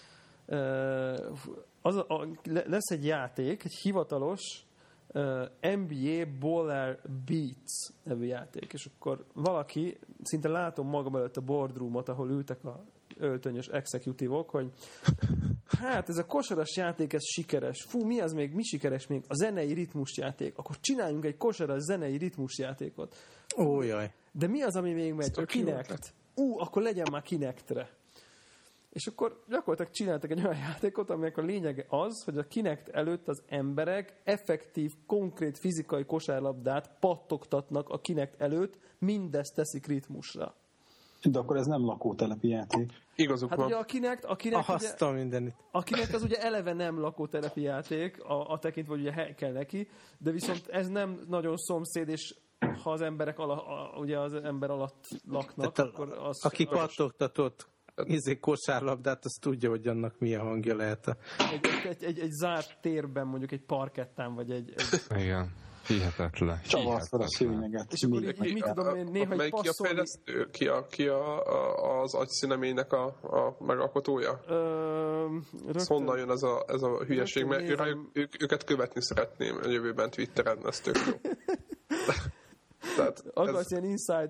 Lesz egy játék, egy hivatalos NBA Baller Beats nevű játék, és akkor valaki, szinte látom magam előtt a boardroomot, ahol ültek a öltönyös executívok, hogy hát ez a kosaras játék, ez sikeres. Fú, mi az még, mi sikeres még? A zenei ritmusjáték. Akkor csináljunk egy kosaras zenei ritmusjátékot. Ójaj. De mi az, ami még megy? A Kinect. Akkor legyen már Kinectre. És akkor gyakorlatilag csináltak egy olyan játékot, aminek a lényege az, hogy a Kinect előtt az emberek effektív, konkrét fizikai kosárlabdát pattogtatnak a Kinect előtt, mindezt teszik ritmusra. De akkor ez nem lakótelepi játék. Igazuk hát van. ugye a Kinect a Kinect az ugye eleve nem lakótelepi játék, a tekintve, hogy ugye hely kell neki, de viszont ez nem nagyon szomszéd, és ha az emberek ugye az ember alatt laknak, akkor az... Aki pattogtatott kosárlabdát, az tudja, hogy annak milyen hangja lehet. Egy zárt térben, mondjuk egy parkettán, vagy egy... Igen. Hihetetlen. Csavarszor a szőnyeget. És akkor így mit tudom én, néha egy passzolni... Ki az agyszínemének a megalkotója? Honnan jön ez a hülyeség? Mert őket követni szeretném a jövőben Twitteren, ez tök jó. Akarsz ilyen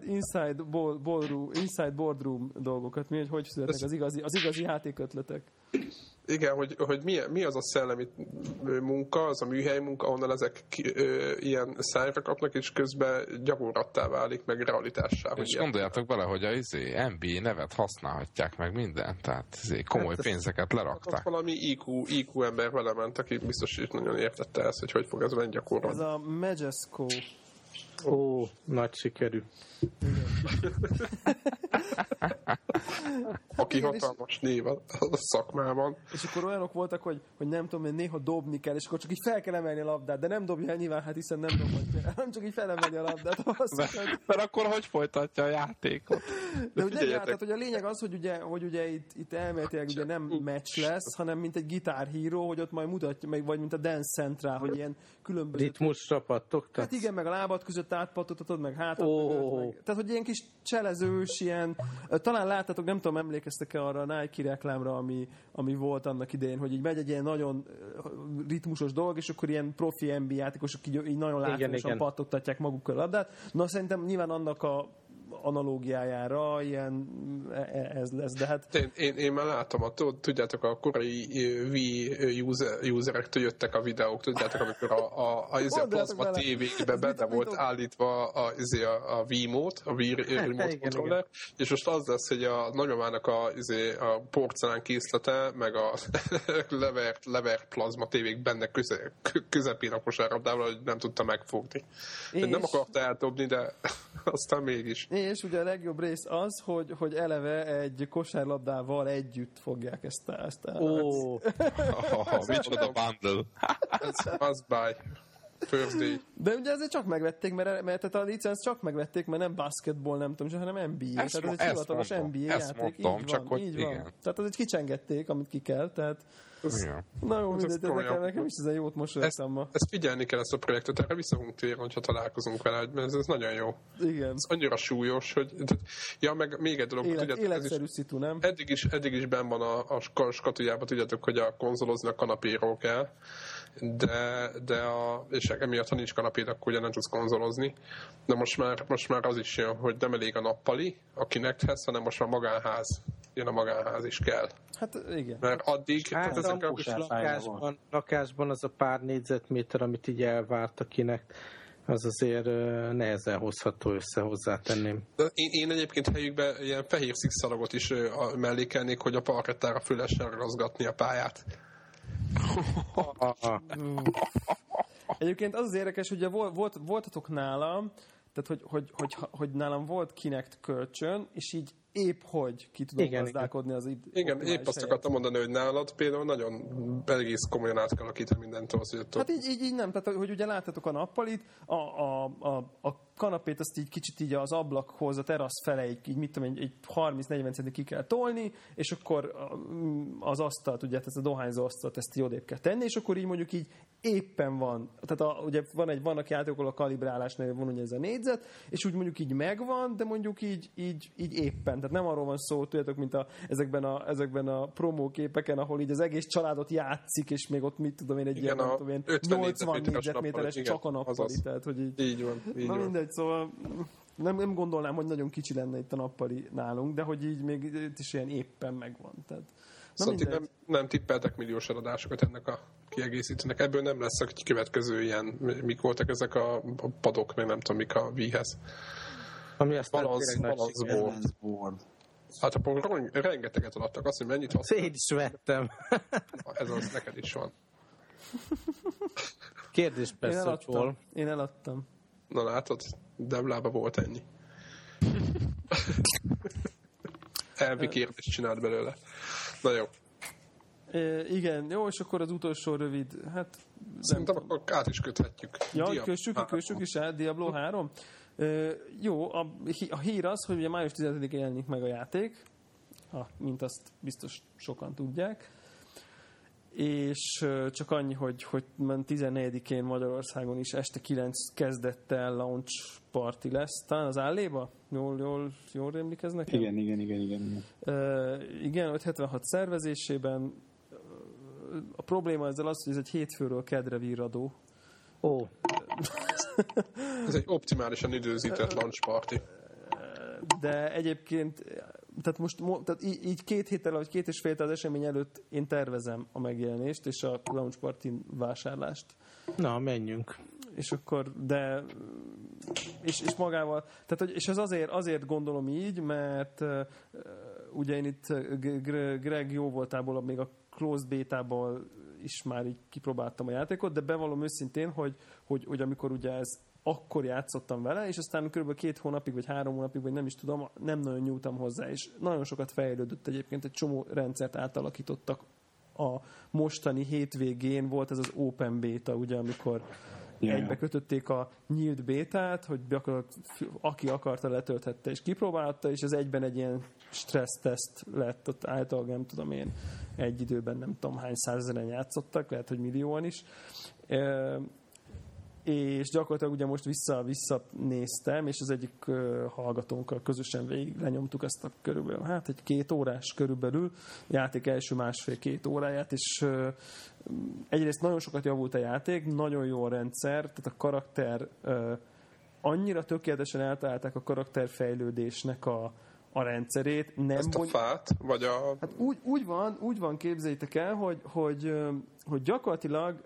inside boardroom dolgokat, hogy születnek az igazi játékötletek? Igen, hogy mi az a szellemi munka, az a műhely munka, ahonnan ezek ilyen szájra kapnak, és közben gyakorlattá válik, meg realitássá. És gondoljátok bele, hogy a NBA nevet használhatják meg mindent, tehát komoly pénzeket lerakták. Ott valami IQ ember vele ment, aki biztos is nagyon értette ezt, hogy fog ez menni gyakorlatban. Ez a Majesco. Ó, nagy sikerű. Aki hatalmas név a szakmában. És akkor olyanok voltak, hogy nem tudom, hogy néha dobni kell, és akkor csak így fel kell emelni a labdát, de nem dobja el nyilván, hát hiszen nem dobhatja, hanem csak így felemelni a labdát. Mert akkor hogy folytatja a játékot? De hogy nem tehát, hogy a lényeg az, hogy ugye itt elméletileg ugye nem meccs lesz, hanem mint egy gitárhíró, hogy ott majd mutatja, meg, vagy mint a Dance Central, hogy ilyen különböző... Ritmusra pattogtatsz? Hát igen, meg a lábad között átpattogtatod, meg hátat mögött, tehát hogy ilyen kis cselezős, ilyen... Talán láttatok, nem tudom, emlékeztek-e arra a Nike reklámra, ami volt annak idején, hogy így megy egy ilyen nagyon ritmusos dolog, és akkor ilyen profi NBA játékosok így nagyon látványosan pattogtatják magukkal a labdát. Na szerintem nyilván annak a analógiájára ilyen ez lesz, de hát... Én már látom, tudjátok, a korai Wii userektől jöttek a videók, tudjátok, amikor a plazma tévékbe benne volt állítva a Wii-mót, a Wii remote controller, és most az lesz, hogy a nagymamának a porcelán készlete, meg a levert plazma tévék benne közepén a kosárlabdával, hogy nem tudta megfogni. Nem akarta eldobni, de aztán mégis. És ugye a legjobb rész az, hogy eleve egy kosárlabdával együtt fogják ezt micsoda bundle. Az buy. First day. De ugye ezért csak megvették, mert a licenc csak megvették, mert nem basketball, nem tudom, hanem NBA. Tehát ez egy hivatalos NBA játék. Így van. Tehát azért kicsengették, amit ki kell, tehát... Na jó, mindegy, nekem is ezen jót mosolyogtam ma. Ezt figyelni kell, ezt a projektet, erre vissza fogunk térni, hogyha találkozunk vele, mert ez nagyon jó. Igen. Ez annyira súlyos, hogy... Ja, meg még egy dolog, életszerű szitu, nem? Eddig is benn van a skatujában, tudjátok, hogy a konzolozni a kanapéról kell, és emiatt, ha nincs kanapéd, akkor ugye nem tudsz konzolozni. De most már az is jön, hogy nem elég a nappali a Kinecthez, hanem most már magánház. Jön a magánház is kell. Hát igen. Mert addig... Hát lakásban az a pár négyzetméter, amit így elvárt a Kinect, az azért nehezen hozható össze, hozzátenném. Én egyébként helyükben ilyen fehér szikszalagot is mellékelnék, hogy a parkettára föl lehessen ragaszgatni a pályát. Egyébként az érdekes, hogy voltatok nálam, tehát hogy nálam volt Kinect kölcsön, és így épp hogy ki tudom gazdálkodni az igen, épp azt akartam mondani, hogy nálad például nagyon egész komolyan át kell alakítani mindentől. Hát így nem, tehát hogy ugye láttatok a nappalit, a kanapét azt így kicsit így az ablakhoz, a terasz fele így mit tudom, egy 30-40 centi ki kell tolni, és akkor az asztalt, ugye ezt a dohányzó asztalt, ezt így odébb kell tenni, és akkor így mondjuk így éppen van. Tehát ugye vannak játékok, ahol a kalibrálásnál van ugye ez a négyzet, és úgy mondjuk így megvan, de mondjuk így éppen. Tehát nem arról van szó, tudjátok, mint ezekben a promóképeken, ahol így az egész családot játszik, és még ott mit tudom én, egy igen, ilyen 80 négyzetméteres csak a nappali. Tehát, hogy így van. Na mindegy, szóval nem gondolnám, hogy nagyon kicsi lenne itt a nappali nálunk, de hogy így még itt is ilyen éppen megvan. Tehát, szóval nem tippeltek milliós eladásokat ennek a kiegészítőnek. Ebből nem lesz a következő ilyen, mik voltak ezek a padok, meg nem tudom mik a Wii-hez. Ami aztán Balance board. Hát akkor rengeteget adtak, azt, hogy mennyit használtak. Én is vettem. Ez az, neked is van. Kérdés persze, hogy hol. Én eladtam. Na látod, Devlában volt ennyi. Elvi kérdést csinált belőle. Na jó. Igen, jó, és akkor az utolsó rövid, hát... Szerintem akkor át is köthetjük. Ja, kössük is át, Diablo 3. Jó, a hír az, hogy ugye május 15-én jelenik meg a játék, mint azt biztos sokan tudják, és csak annyi, hogy 14-én Magyarországon is este 9 kezdettel launch party lesz. Talán az Álléba? Jól emlékeznek? Igen. Igen, 576 szervezésében. A probléma ezzel az, hogy ez egy hétfőről kedre virradó. Ó. Ez egy optimálisan időzített launch party. De egyébként tehát így 2 héttel, vagy 2,5 héttel az esemény előtt én tervezem a megjelenést és a launch party vásárlást. Na, menjünk. És akkor, de és magával, tehát hogy, és ez azért gondolom így, mert ugye én itt Greg jó voltából még a closed bétából is már így kipróbáltam a játékot, de bevallom őszintén, hogy amikor ugye ez akkor játszottam vele, és aztán kb. 2 hónapig, vagy 3 hónapig, vagy nem is tudom, nem nagyon nyúltam hozzá, és nagyon sokat fejlődött egyébként, egy csomó rendszert átalakítottak a mostani hétvégén, volt ez az open beta, ugye, amikor egybe kötötték a nyílt bétát, hogy aki akarta, letölthette és kipróbálta, és ez egyben egy ilyen stresszteszt lett, ott általában nem tudom én, egy időben nem tudom hány százezeren játszottak, lehet, hogy millióan is. És gyakorlatilag ugye most visszanéztem, és az egyik hallgatónkkal közösen végig lenyomtuk ezt a körülbelül, hát egy 2 órás körülbelül, játék első 1,5-2 óráját, és egyrészt nagyon sokat javult a játék, nagyon jó a rendszer, tehát a karakter annyira tökéletesen eltalálták a karakterfejlődésnek a rendszerét. Nem ezt a fát? Vagy a... Hát úgy van, képzeljétek el, hogy gyakorlatilag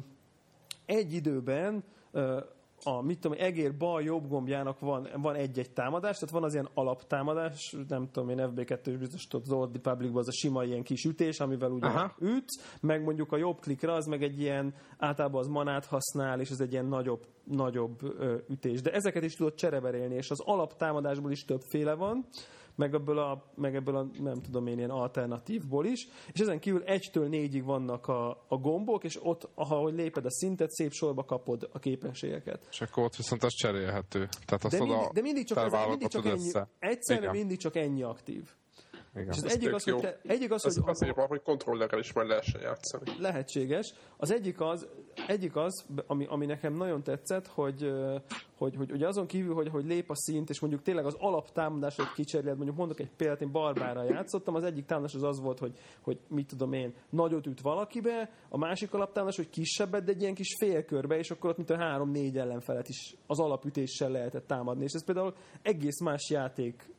egy időben mit tudom, egér bal jobb gombjának van egy-egy támadás, tehát van az ilyen alaptámadás, nem tudom én, FB2 is biztos tudod, az Old Republicban az a sima ilyen kis ütés, amivel ugye ütsz, meg mondjuk a jobb klikra az meg egy ilyen, általában az manát használ, és ez egy ilyen nagyobb ütés. De ezeket is tudod csereberélni, és az alaptámadásból is többféle van, meg ebből a nem tudom én, ilyen alternatívból is, és ezen kívül 1-től 4-ig vannak a gombok, és ott, ahogy léped a szintet, szép sorba kapod a képességeket. És akkor ott viszont az cserélhető. Tehát azt de mindig csak ennyi, egyszerre mindig csak ennyi aktív. Igen. És az egyik az, hogy azért van, hogy kontrollerrel is majd lehessen játszani. Lehetséges. Az egyik az, ami nekem nagyon tetszett, hogy azon kívül, hogy lép a szint, és mondjuk tényleg az alaptámadásot kicseréled, mondjuk mondok egy példát, én barbárral játszottam, az egyik támadás az volt, hogy mit tudom én, nagyot üt valakibe, a másik alaptámadás, hogy kisebbet, de egy ilyen kis félkörbe, és akkor ott mint a 3-4 ellenfelet is az alapütéssel lehetett támadni. És ez például egész más játék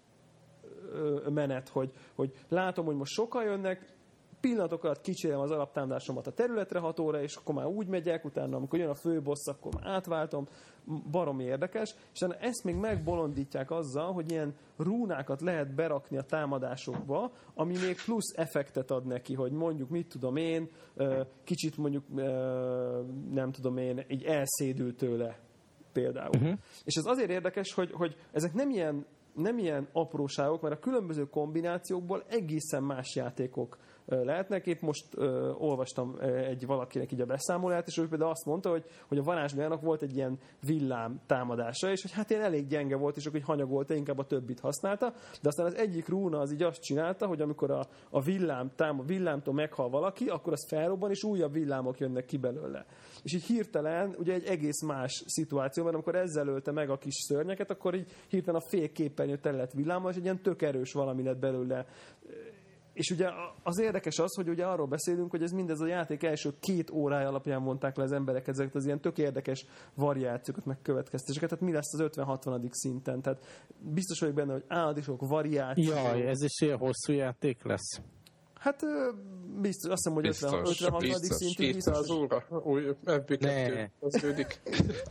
menet, hogy látom, hogy most sokan jönnek, pillanatok alatt kicserélem az alaptámadásomat a területre 6 óra, és akkor már úgy megyek, utána amikor jön a főbossz, akkor már átváltom, baromi érdekes, és ezt még megbolondítják azzal, hogy ilyen rúnákat lehet berakni a támadásokba, ami még plusz effektet ad neki, hogy mondjuk, mit tudom én, kicsit mondjuk, nem tudom én, így elszédül tőle például. És ez azért érdekes, hogy ezek nem ilyen nem ilyen apróságok, mert a különböző kombinációkból egészen más játékok lehetnek. Épp most olvastam valakinek így a beszámolóját, és ő például azt mondta, hogy a varázslójának volt egy ilyen villám támadása, és hogy hát ilyen elég gyenge volt, és akkor hanyagolta, inkább a többit használta, de aztán az egyik rúna az így azt csinálta, hogy amikor a villámtól meghal valaki, akkor az felrobban, és újabb villámok jönnek ki belőle. És így hirtelen, ugye egy egész más szituáció, mert amikor ezzel ölte meg a kis szörnyeket, akkor így hirtelen a fél képernyő tele lett villámmal, és egy ilyen tök erős valami lett belőle. És ugye az érdekes az, hogy ugye arról beszélünk, hogy ez mindez a játék első 2 órája alapján mondták le az emberek ezeket az ilyen tök érdekes variációkat, meg következtetéseket. Tehát mi lesz az 50-60. szinten? Tehát biztos vagyok benne, hogy állandó sok variáció. Jaj, ez is ilyen hosszú játék lesz. Hát biztos, azt hiszem, hogy 56. szintig biztos. 200 óra, új FB2 kezdődik.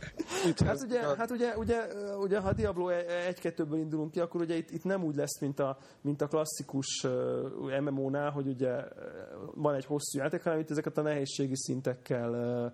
Hát ugye ha Diablo 1-2-ből indulunk ki, akkor ugye itt nem úgy lesz, mint a klasszikus MMO-nál, hogy ugye van egy hosszú játék, hanem itt ezeket a nehézségi szintekkel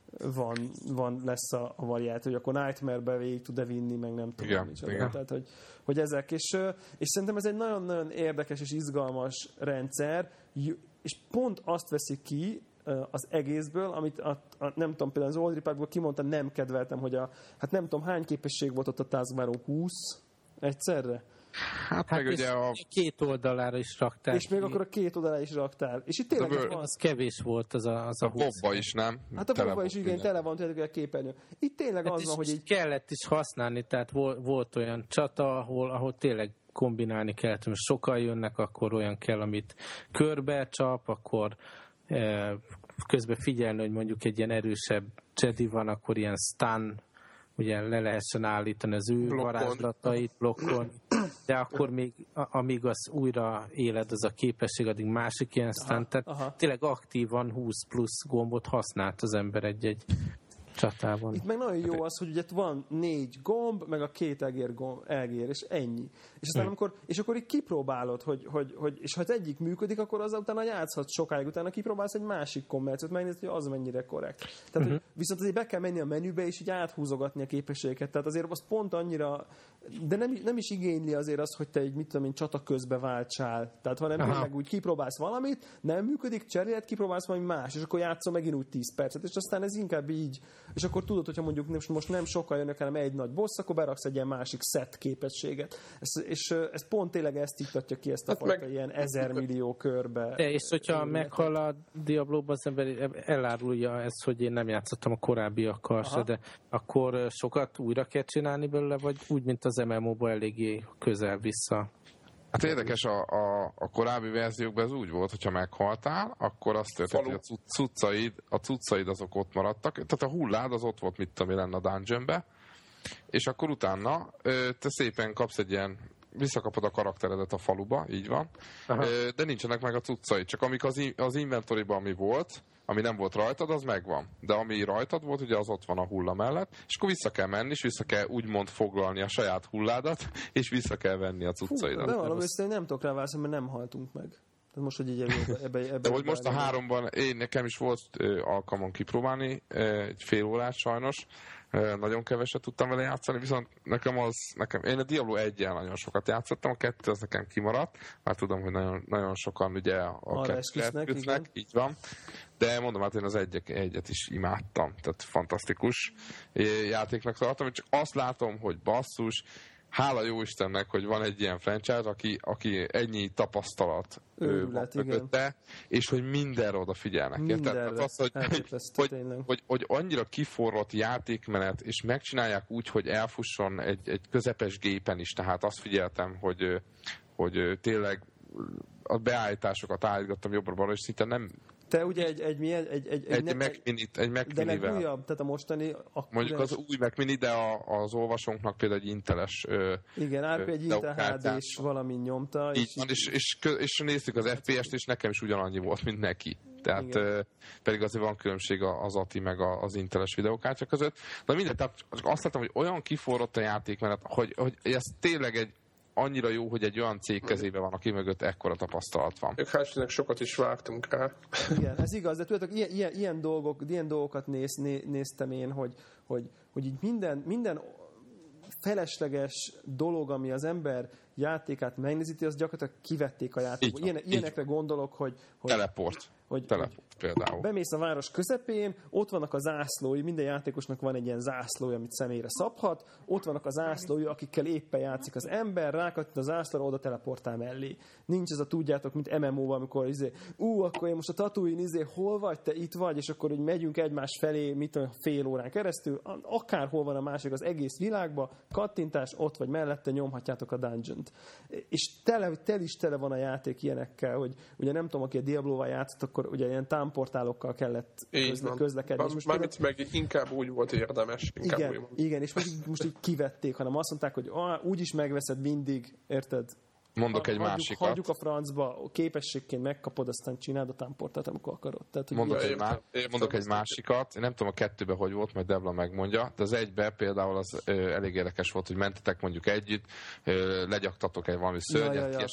lesz a variáció, hogy akkor Nightmare-be végig tud-e vinni, meg nem tudom. Igen. Tehát, hogy ezek, és szerintem ez egy nagyon-nagyon érdekes és izgalmas rendszer, és pont azt veszi ki az egészből, amit nem tudom, például az Old Republicból kimondta, nem kedveltem, hogy hát nem tudom, hány képesség volt ott a Taskmaron, 20 egyszerre? Hát meg ugye a 2 oldalára is raktál. És még akkor a 2 oldalára is raktál. És itt tényleg az kevés volt az a 20. Bobba is, nem? Hát a Bobba is igen, tele van a képernyő. Itt tényleg az van, hogy így kellett is használni, tehát volt olyan csata, ahol tényleg kombinálni kellett, hogy sokan jönnek, akkor olyan kell, amit körbe csap, akkor közben figyelni, hogy mondjuk egy ilyen erősebb Jedi van, akkor ilyen stun, ugye le lehessen állítani az ő varázslatait blokkon, de akkor még, amíg az újra éled az a képesség, addig másik ilyen stun, tehát tényleg aktívan 20 plusz gombot használt az ember egy csatában. Itt meg nagyon jó az, hogy ugye van 4 gomb, meg a 2 egér, és ennyi. És aztán és akkor így kipróbálod, hogy és ha az egyik működik, akkor az utána játszhatsz sokáig, utána kipróbálsz egy másik kommerciót, megnézed, hogy az mennyire korrekt. Tehát, hogy viszont azért be kell menni a menübe, és így áthúzogatni a képességeket. Tehát azért az pont annyira, de nem is igényli azért az, hogy te egy, mit tudom én, csata közbe váltsál. Tehát hanem tényleg úgy kipróbálsz valamit, nem működik, cseréled, kipróbálsz valami más, és akkor játszol megint úgy 10 percet, és aztán ez inkább így. És akkor tudod, hogyha mondjuk most nem sokkal jönnek, hanem egy nagy boss, akkor beraksz egy ilyen másik set képességet. És ez pont tényleg ezt iktatja ki, ezt a fajta ilyen 1000 millió körbe. És hogyha meghal a Diablo-ban, az ember elárulja ezt, hogy én nem játszottam a korábbiakkal se, de akkor sokat újra kell csinálni belőle, vagy úgy, mint az MMO-ban eléggé közel vissza? Hát érdekes, a korábbi verziókban ez úgy volt, hogyha meghaltál, akkor azt történt, hogy a cuccaid azok ott maradtak, tehát a hullád az ott volt, mit tudom, lenne a dungeonbe, és akkor utána te szépen kapsz egy ilyen, visszakapod a karakteredet a faluba, így van, de nincsenek meg a cuccaid, csak amik az inventoryban, ami volt, ami nem volt rajtad, az megvan. De ami rajtad volt, ugye az ott van a hulla mellett, és akkor vissza kell menni, és vissza kell úgymond foglalni a saját hulládat, és vissza kell venni a cuccaidat. De valami nem tudok rá válaszolni, mert nem haltunk meg. Tehát most, hogy így ebbe de hogy most a 3-ban, nekem is volt alkalmam kipróbálni, egy fél órát sajnos, nagyon keveset tudtam vele játszani, viszont én a Diablo 1-jel nagyon sokat játszottam, a 2 az nekem kimaradt, már tudom, hogy nagyon, nagyon sokan ugye a 2-et így van, de mondom, hát én az egyet is imádtam, tehát fantasztikus játéknak tartom, csak azt látom, hogy basszus, hála jó Istennek, hogy van egy ilyen franchise, aki ennyi tapasztalat mögötte, és hogy mindenre odafigyelnek. Mindenre. Az, hogy annyira kiforrott játékmenet, és megcsinálják úgy, hogy elfusson egy közepes gépen is, tehát azt figyeltem, hogy tényleg a beállításokat állítottam jobbra-balra, és szinte nem. Te ugye egy Mac de legújabb, tehát a mostani... Mondjuk az új Mac Mini, de az olvasónknak például egy Inteles... Igen, RP egy Intel HD-s valami nyomta. Így van, és néztük az FPS-t, és nekem is ugyanannyi volt, mint neki. Tehát pedig azért van különbség az ATI meg az Inteles videókártya között. De mindegy, tehát azt láttam, hogy olyan kiforrott a játékmenet, hogy ez tényleg egy annyira jó, hogy egy olyan cég kezében van, aki mögött ekkora tapasztalat van. Ők hál' sokat is vártunk rá. Igen, ez igaz, de tudjátok, ilyen dolgokat néztem én, hogy így minden felesleges dolog, ami az ember játékát megnézíti, az gyakorlatilag kivették a játékból. Ilyenekre gondolok, hogy teleport például. Bemész a város közepén, ott vannak a zászlói, minden játékosnak van egy ilyen zászlója, amit személyre szabhat, ott vannak a zászlói, akikkel éppen játszik az ember, rákattint a zászlóra, oda teleportál mellé. Nincs ez a, tudjátok, mint MMO-ban, amikor akkor én most a Tatooine, hol vagy, te itt vagy, és akkor hogy megyünk egymás felé, fél órán keresztül, akárhol van a másik az egész világban, kattintás, ott vagy mellette, nyomhatjátok a dungeont. És tele van a játék ilyenekkel, hogy ugye nem tudom, aki a Diablo-val játszott, akkor ugye ilyen támportálokkal kellett közlekedni. Mármint meg inkább úgy volt érdemes. Igen, és most így kivették, hanem azt mondták, hogy úgyis megveszed mindig, érted? Mondok egy másikat. Hagyjuk a francba, képességként megkapod, aztán csináld a támportát, amikor akarod. Tehát, mondok egy másikat. Én nem tudom, a 2-ben hogy volt, majd Debla megmondja, de az 1-ben például az elég érdekes volt, hogy mentetek mondjuk együtt, legyaktatok egy valami szörnyet,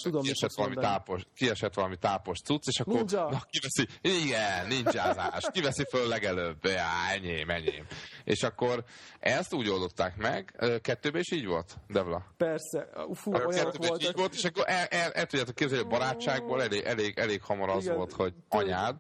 kiesett valami tápos cucc, és akkor kiveszi, igen, ninjázás, kiveszi föl legelőbb, enyém. És akkor ezt úgy oldották meg, 2-ben is így volt, Debla? Persze, olyanok voltak. És akkor el tudjátok képzelni, hogy barátságból elég hamar az volt, hogy anyád.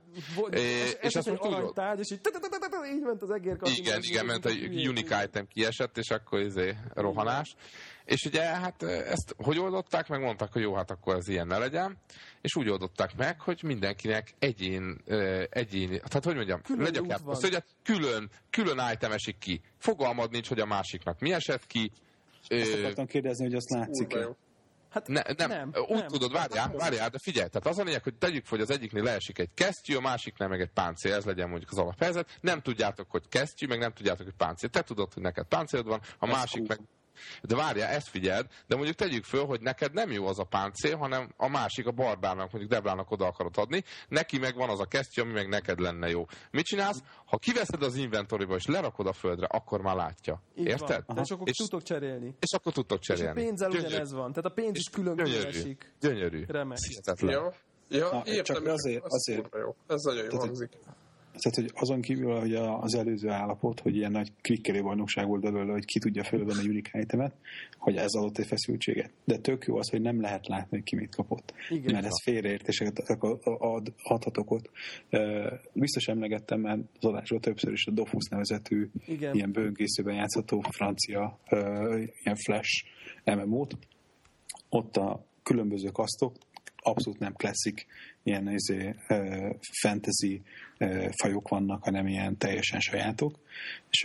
És ezt most úgy volt. És így ment az egérkattintás. Igen, ment a unique item kiesett, és akkor rohanás. És ugye, hát ezt hogy oldották meg? Mondták, hogy jó, hát akkor ez ilyen ne legyen. És úgy oldották meg, hogy mindenkinek egyén tehát hogy mondjam, legyakják azt, hogy külön item esik ki. Fogalmad nincs, hogy a másiknak mi esett ki. Azt akartam kérdezni, hogy azt látszik-e? Hát nem. Úgy tudod, várjál, de figyelj, tehát az a lényeg, hogy tegyük, hogy az egyiknél leesik egy kesztyű, a másiknál meg egy páncél, ez legyen mondjuk az alaphelyzet. Nem tudjátok, hogy kesztyű, meg nem tudjátok, hogy páncél. Te tudod, hogy neked páncélod van, a másik meg... De várjál, ezt figyeld, de mondjuk tegyük föl, hogy neked nem jó az a páncél, hanem a másik, a barbárnak, mondjuk Deblának oda akarod adni, neki meg van az a kesztyű, ami meg neked lenne jó. Mit csinálsz? Ha kiveszed az inventoryba és lerakod a földre, akkor már látja. Érted? És akkor tudtok cserélni. És akkor tudtok cserélni. És a pénzzel ugyanez van. Tehát a pénz is külön esik. Gyönyörű. Remek. Értem, azért. Ez nagyon jó hangzik. Tehát, hogy azon kívül, hogy az előző állapot, hogy ilyen nagy klikkelő bajnokság volt belőle, hogy ki tudja fölvenni a unique itemet, hogy ez adott egy feszültséget. De tök jó az, hogy nem lehet látni, hogy ki mit kapott. Igen, mert ez félreértéseket adhatok ott. Biztos emlegettem már az adásról többször is a Dofus nevezetű ilyen böngészőben játszható francia ilyen flash MMO-t. Ott a különböző kasztok abszolút nem klasszik ilyen fantasy fajok vannak, hanem ilyen teljesen sajátok. És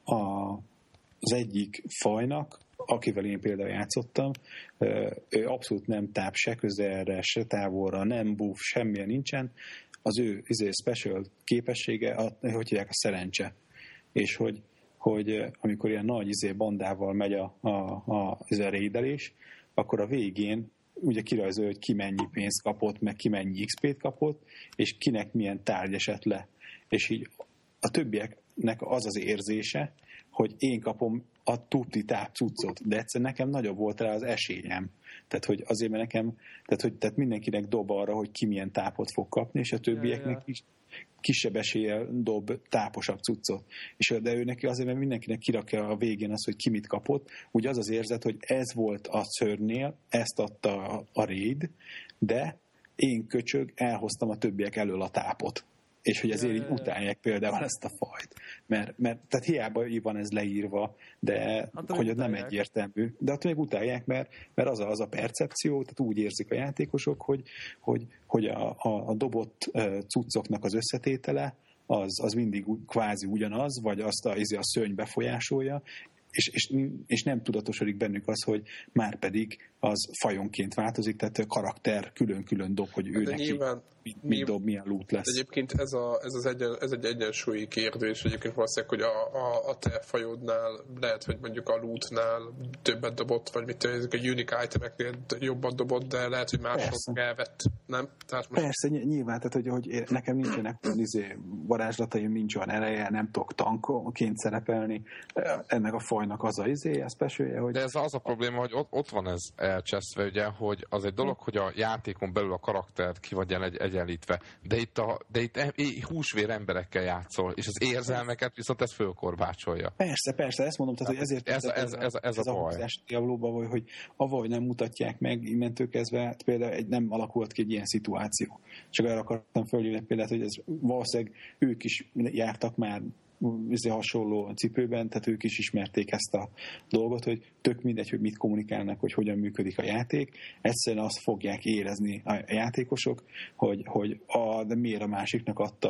az egyik fajnak, akivel én például játszottam, ő abszolút nem táp se közelre, se távolra, nem buff, semmilyen nincsen. Az ő special képessége, hogy hívják, a szerencse. És hogy amikor ilyen nagy bandával megy a raidelés, akkor a végén ugye kirajzolja, hogy ki mennyi pénzt kapott, meg ki mennyi XP-t kapott, és kinek milyen tárgy esett le. És így a többieknek az érzése, hogy én kapom a tuti táp cuccot, de egyszer nekem nagyobb volt rá az esélyem. Tehát, hogy azért, mert nekem, tehát mindenkinek dob arra, hogy ki milyen tápot fog kapni, és a többieknek is kisebb eséllyel dob táposabb cuccot. De ő neki azért, mert mindenkinek kirakja a végén az, hogy ki mit kapott, úgy az érzet, hogy ez volt a szörnynél, ezt adta a raid, de én köcsög elhoztam a többiek elől a tápot. És hogy ezért így utálják például ezt a fajt. Mert tehát hiába van ez leírva, de hogy nem egyértelmű. De attól még utálják, mert az a percepció, tehát úgy érzik a játékosok, hogy a dobott cuccoknak az összetétele az mindig kvázi ugyanaz, vagy azt a szörny befolyásolja, és nem tudatosodik bennük az, hogy már pedig az fajonként változik, tehát a karakter külön-külön dob, hogy ő neki mit dob, milyen loot lesz. Egyébként ez egy egyensúlyi kérdés, egyébként valószínűleg, hogy a te fajodnál lehet, hogy mondjuk a lootnál többet dobott, vagy mit tudom, a unique itemeknél jobban dobott, de lehet, hogy mások elvett, nem? Tehát most... Persze, nyilván, tehát hogy nekem nincsenek varázslataim, nincs olyan ereje, nem tudok tankonként szerepelni, ennek a fajnak Jajnak az a specialje, hogy... De ez az a probléma, hogy ott van ez elcseszve, ugye, hogy az egy dolog, hogy a játékon belül a karakter ki vagy egyenlítve, de itt húsvér emberekkel játszol, és az érzelmeket viszont ez fölkorbácsolja. Persze, ezt mondom, tehát, hogy ezért ez a baj. Diablóban, hogy avagy nem mutatják meg innentől kezdve, például nem alakult ki egy ilyen szituáció. Csak arra akartam fölhívni példát, hogy ez valószínűleg ők is jártak már hasonló cipőben, tehát ők is ismerték ezt a dolgot, hogy tök mindegy, hogy mit kommunikálnak, hogy hogyan működik a játék. Egyszerűen azt fogják érezni a játékosok, hogy de miért a másiknak adta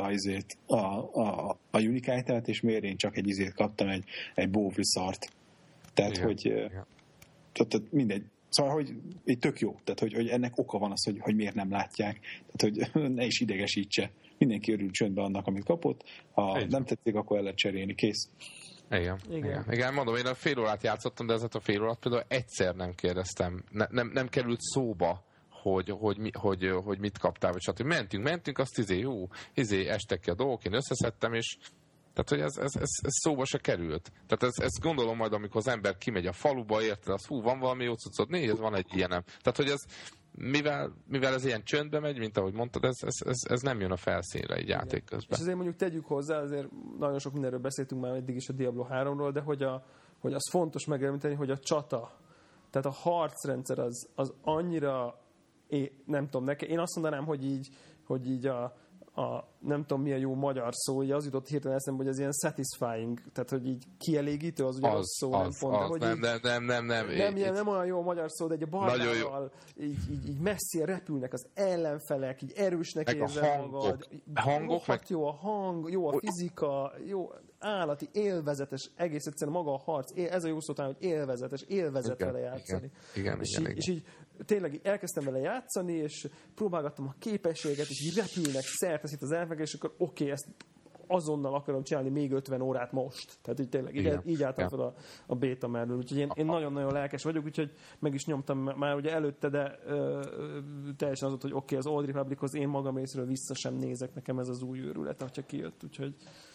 a unique itemet, és miért én csak egy kaptam, egy bóvli szart. Tehát, igen, hogy tehát mindegy. Szóval, hogy így tök jó. Tehát, hogy ennek oka van az, hogy miért nem látják. Tehát, hogy ne is idegesítse. Mindenki örül csöndben annak, amit kapott. Ha nem tetszik, akkor el lehet cserélni. Kész. Igen, mondom, én a fél órát játszottam, de ezért a fél órát például egyszer nem kérdeztem. Nem került szóba, hogy mit kaptál, vagy stb. Mentünk, azt estek ki a dolgok, én összeszedtem, és tehát, hogy ez szóba se került. Tehát ezt gondolom majd, amikor az ember kimegy a faluba, érted, az van valami jó cuccod, ez van egy ilyenem. Tehát, hogy ez, mivel ez ilyen csöndbe megy, mint ahogy mondtad, ez nem jön a felszínre így játék közben. És azért mondjuk tegyük hozzá, azért nagyon sok mindenről beszéltünk már eddig is a Diablo 3-ról, de hogy az fontos megemlíteni, hogy a csata, tehát a harcrendszer az annyira, nem tudom, én azt mondanám, hogy így nem tudom mi a jó magyar szó, így az jutott hirtelen eszembe, hogy ez ilyen satisfying, tehát hogy így kielégítő, az ugye az szó, nem pont. Nem olyan jó a magyar szó, de egy a barbával így messzire repülnek az ellenfelek, így erősnek érzed magad. Jó a hang, jó a fizika, jó, állati, élvezetes, egész egyszerűen maga a harc, ez a jó szó talán, hogy élvezetes, élvezet vele játszani. Igen. És így tényleg elkezdtem vele játszani, és próbálgattam a képességet, és így repülnek szerte itt az elfek, és akkor oké, ezt azonnal akarom csinálni még 50 órát most. Tehát így tényleg így álltam fel a béta mellől. Úgyhogy én nagyon-nagyon lelkes vagyok, úgyhogy meg is nyomtam már ugye előtte, de teljesen az volt, hogy oké, az Old Republichoz én magam részről vissza sem nézek, nekem ez az új őrület, ha kijött, úgyhogy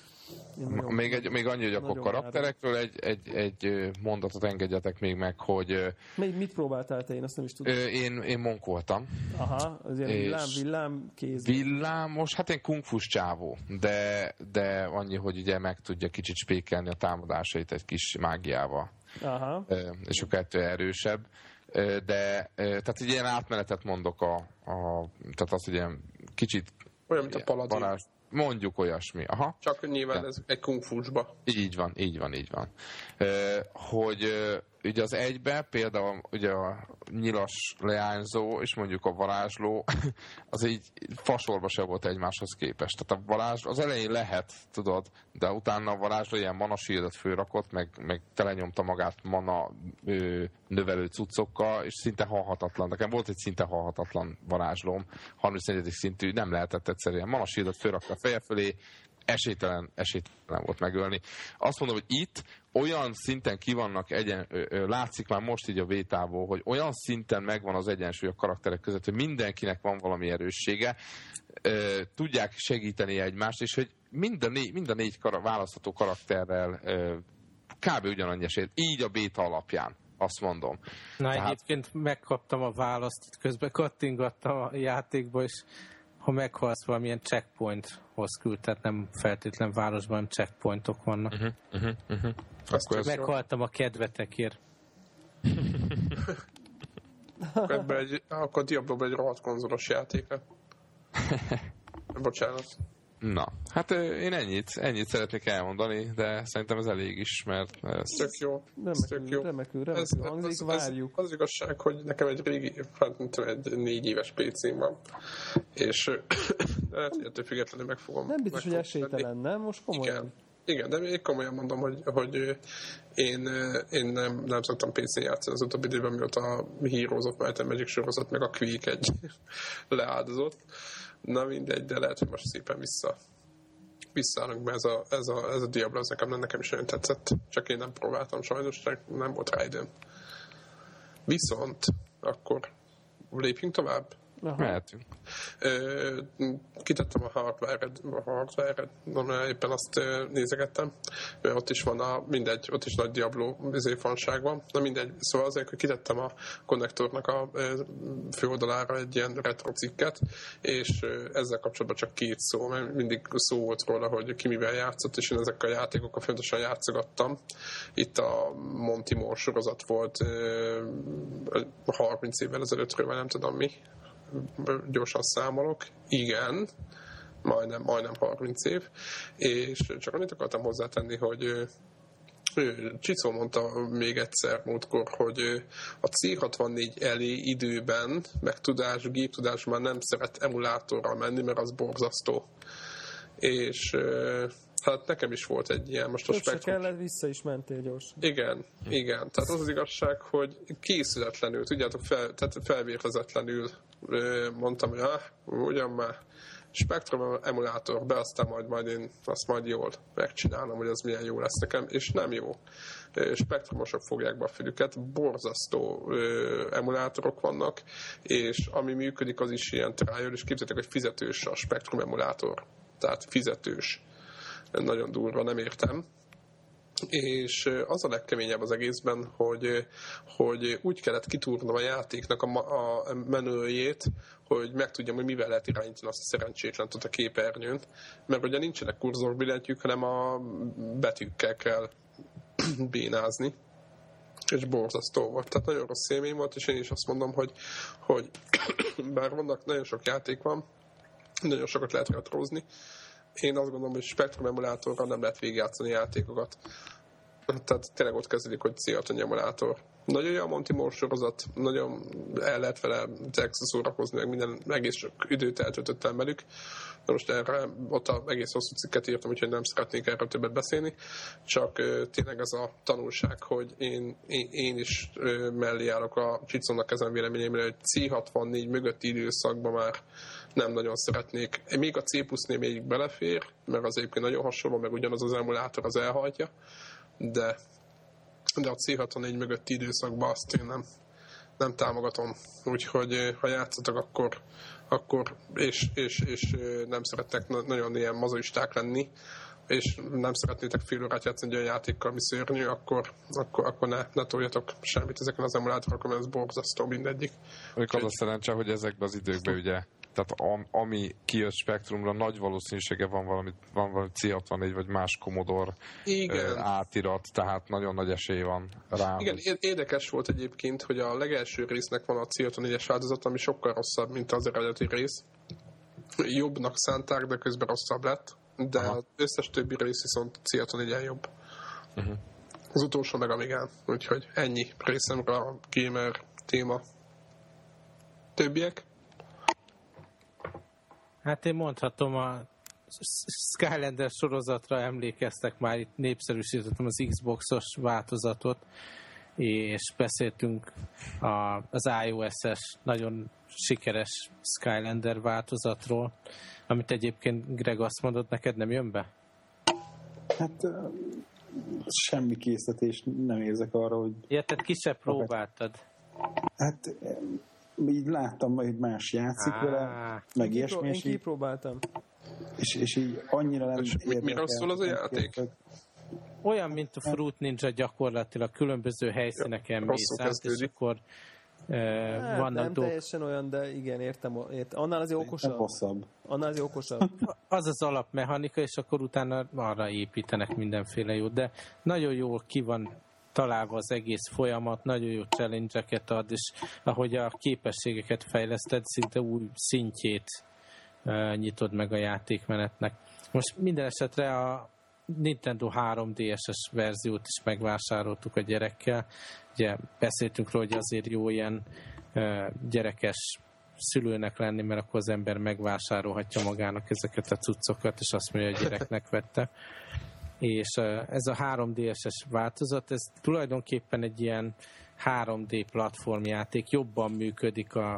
még annyi, hogy akkor karakterekről egy mondatot engedjetek még meg, hogy... Mit próbáltál te? Én azt nem is tudom. Én monk voltam. Aha, az ilyen villám kéz. Villámos, hát én kungfus csávó, de annyi, hogy ugye meg tudja kicsit spékelni a támadásait egy kis mágiával. Aha. És a kettő erősebb. De tehát egy ilyen átmenetet mondok tehát az, hogy ilyen kicsit... Olyan, mint a paladin. Mondjuk olyasmi. Aha. Csak nyilván ez egy kungfusba. Így van. Hogy ugye az egybe például ugye a nyilas leányzó és mondjuk a varázsló az így fasorba se volt egymáshoz képest. Tehát a varázsló az elején lehet, tudod, de utána a varázsló ilyen mana shieldet fölrakott, meg telenyomta magát mana növelő cuccokkal, és szinte halhatatlan. Nekem volt egy szinte halhatatlan varázslóm, 34. szintű, nem lehetett egyszerűen. Mana shieldet fölrakta a feje fölé, esélytelen volt megölni. Azt mondom, hogy itt olyan szinten kivannak látszik már most így a vétából, hogy olyan szinten megvan az egyensúly a karakterek között, hogy mindenkinek van valami erőssége, tudják segíteni egymást, és hogy mind a négy választható karakterrel kb. Ugyanannyi esélyt. Így a béta alapján. Azt mondom. Tehát... egyébként megkaptam a választ, itt közben kattingattam a játékba, és ha meghalsz, valamilyen checkpointhoz küld, tehát nem feltétlen városban, hanem checkpointok vannak. Akkor meghaltam a kedvetekért. Akkor Diablo-ban egy rohadt konzolos játék. Bocsánat. Na, hát én ennyit szeretnék elmondani, de szerintem ez elég is, mert... Tök jó. Remekül hangzik, várjuk. Az igazság, hogy nekem egy régi, egy 4 éves PC-m van, és lehet, hogy ettől függetlenül meg fogom... Nem biztos, hogy esélytelen, nem? Most komolyan. Igen, de én komolyan mondom, hogy én nem szoktam PC-n játszani az utóbbi időben, mióta a Heroes of Might and Magic sorozat, meg a Quake egy leáldozott. Na mindegy, de lehet, hogy most szépen visszaállunk be ez a Diablo, az nekem is olyan tetszett. Csak én nem próbáltam sajnos, nem volt rá időm. Viszont akkor lépjünk tovább. Mehetünk. Kitettem a hardware-et, éppen azt nézegettem, mert ott is van ott is nagy Diablo fanság van. Na mindegy, szóval azért, hogy kitettem a konnektornak a főoldalára egy ilyen retro cikket, és ezzel kapcsolatban csak 2 szó, mert mindig szó volt róla, hogy ki mivel játszott, és én ezekkel a játékokkal fontosan játszogattam. Itt a Monty Moore sorozat volt 30 évvel ezelőttről, nem tudom mi. Gyorsan számolok. Igen, majdnem 30 év. És csak annyit akartam hozzátenni, hogy Csicó mondta még egyszer múltkor, hogy a C64 elé időben, meg géptudás már nem szeret emulátorral menni, mert az borzasztó. És hát nekem is volt egy ilyen. Most a Spektrum... kellett, vissza is mentél gyorsan. Igen. Tehát az igazság, hogy készületlenül, tudjátok, tehát felvértezetlenül mondtam, hogy ugyan már Spektrum emulátor be, aztán majd én azt majd jól megcsinálom, hogy az milyen jó lesz nekem, és nem jó. Spektrumosok fogják be a fülüket, borzasztó emulátorok vannak, és ami működik, az is ilyen trial, és képzeljétek, hogy fizetős a Spektrum emulátor. Tehát fizetős. Nagyon durva, nem értem. És az a legkeményebb az egészben, hogy úgy kellett kitúrnom a játéknak a menőjét, hogy megtudjam, hogy mivel lehet irányítani azt a szerencsétlent ott a képernyőn. Mert ugye nincsenek kurzorbillentyűk, hanem a betűkkel kell bénázni. És borzasztó volt. Tehát nagyon rossz élmény volt, és én is azt mondom, hogy bár vannak, nagyon sok játék van, nagyon sokat lehet retrózni, én azt gondolom, hogy Spektrum emulátorral nem lehet végigjátszani játékokat. Tehát tényleg ott kezdődik, hogy C64 emulátor. Nagyon jó a Monty Moore sorozat, nagyon el lehet vele szórakozni, meg minden egész sok időt eltöltöttem velük. De most erre ott egész hosszú cikket írtam, úgyhogy nem szeretnék erről többet beszélni. Csak tényleg ez a tanulság, hogy én is mellé állok a Csicónak ezen véleményemre, hogy C64 mögötti időszakban már nem nagyon szeretnék. Még a C+-nél még belefér, mert az egyébként nagyon hasonló, meg ugyanaz az emulátor az elhajtja, de a C64 mögötti időszakban azt én nem támogatom. Úgyhogy ha játszatok, akkor és nem szeretnek nagyon ilyen mazoisták lenni, és nem szeretnétek fél órát játszani egy olyan játékkal, ami szörnyű, akkor ne toljatok semmit ezeken az emulátorokon, mert ez borzasztó mindegyik. Az a szerencse, hogy ezekben az időkben ugye, tehát ami kijött Spektrumra, nagy valószínűsége van valami C64 vagy más Commodore átirat, tehát nagyon nagy esély van rá. Igen, érdekes volt egyébként, hogy a legelső résznek van a C64-es változat, ami sokkal rosszabb, mint az eredeti rész. Jobbnak szánták, de közben rosszabb lett, de az összes többi rész viszont C64-en jobb. Uh-huh. Az utolsó meg Amigán, úgyhogy ennyi részemre a gamer téma. Többiek? Hát én mondhatom, a Skylander sorozatra emlékeztek, már itt népszerűsítettem az Xbox-os változatot, és beszéltünk az iOS-es nagyon sikeres Skylander változatról, amit egyébként Greg azt mondott, neked nem jön be? Hát semmi készítés nem érzek arra, hogy... Ja, tehát ki se próbáltad? Hát így láttam, hogy más játszik vele, meg ilyesmi. Én kipróbáltam. És így annyira nem érdekel. Miről szól az a játék? Olyan, mint a Fruit Ninja, gyakorlatilag különböző helyszíneken mész át, és akkor vannak nem teljesen olyan, de igen, értem. Annál azért okosabb. Annál azért okosabb. Az az alapmechanika, és akkor utána arra építenek mindenféle jót, de nagyon jól ki van találva az egész folyamat, nagyon jó challenge-eket ad, és ahogy a képességeket fejleszted, szinte új szintjét nyitod meg a játékmenetnek. Most minden esetre a Nintendo 3DS-es verziót is megvásároltuk a gyerekkel. Ugye beszéltünk róla, hogy azért jó ilyen gyerekes szülőnek lenni, mert akkor az ember megvásárolhatja magának ezeket a cuccokat, és azt mondja, hogy a gyereknek vette. És ez a 3DS-es változat, ez tulajdonképpen egy ilyen 3D platformjáték, jobban működik a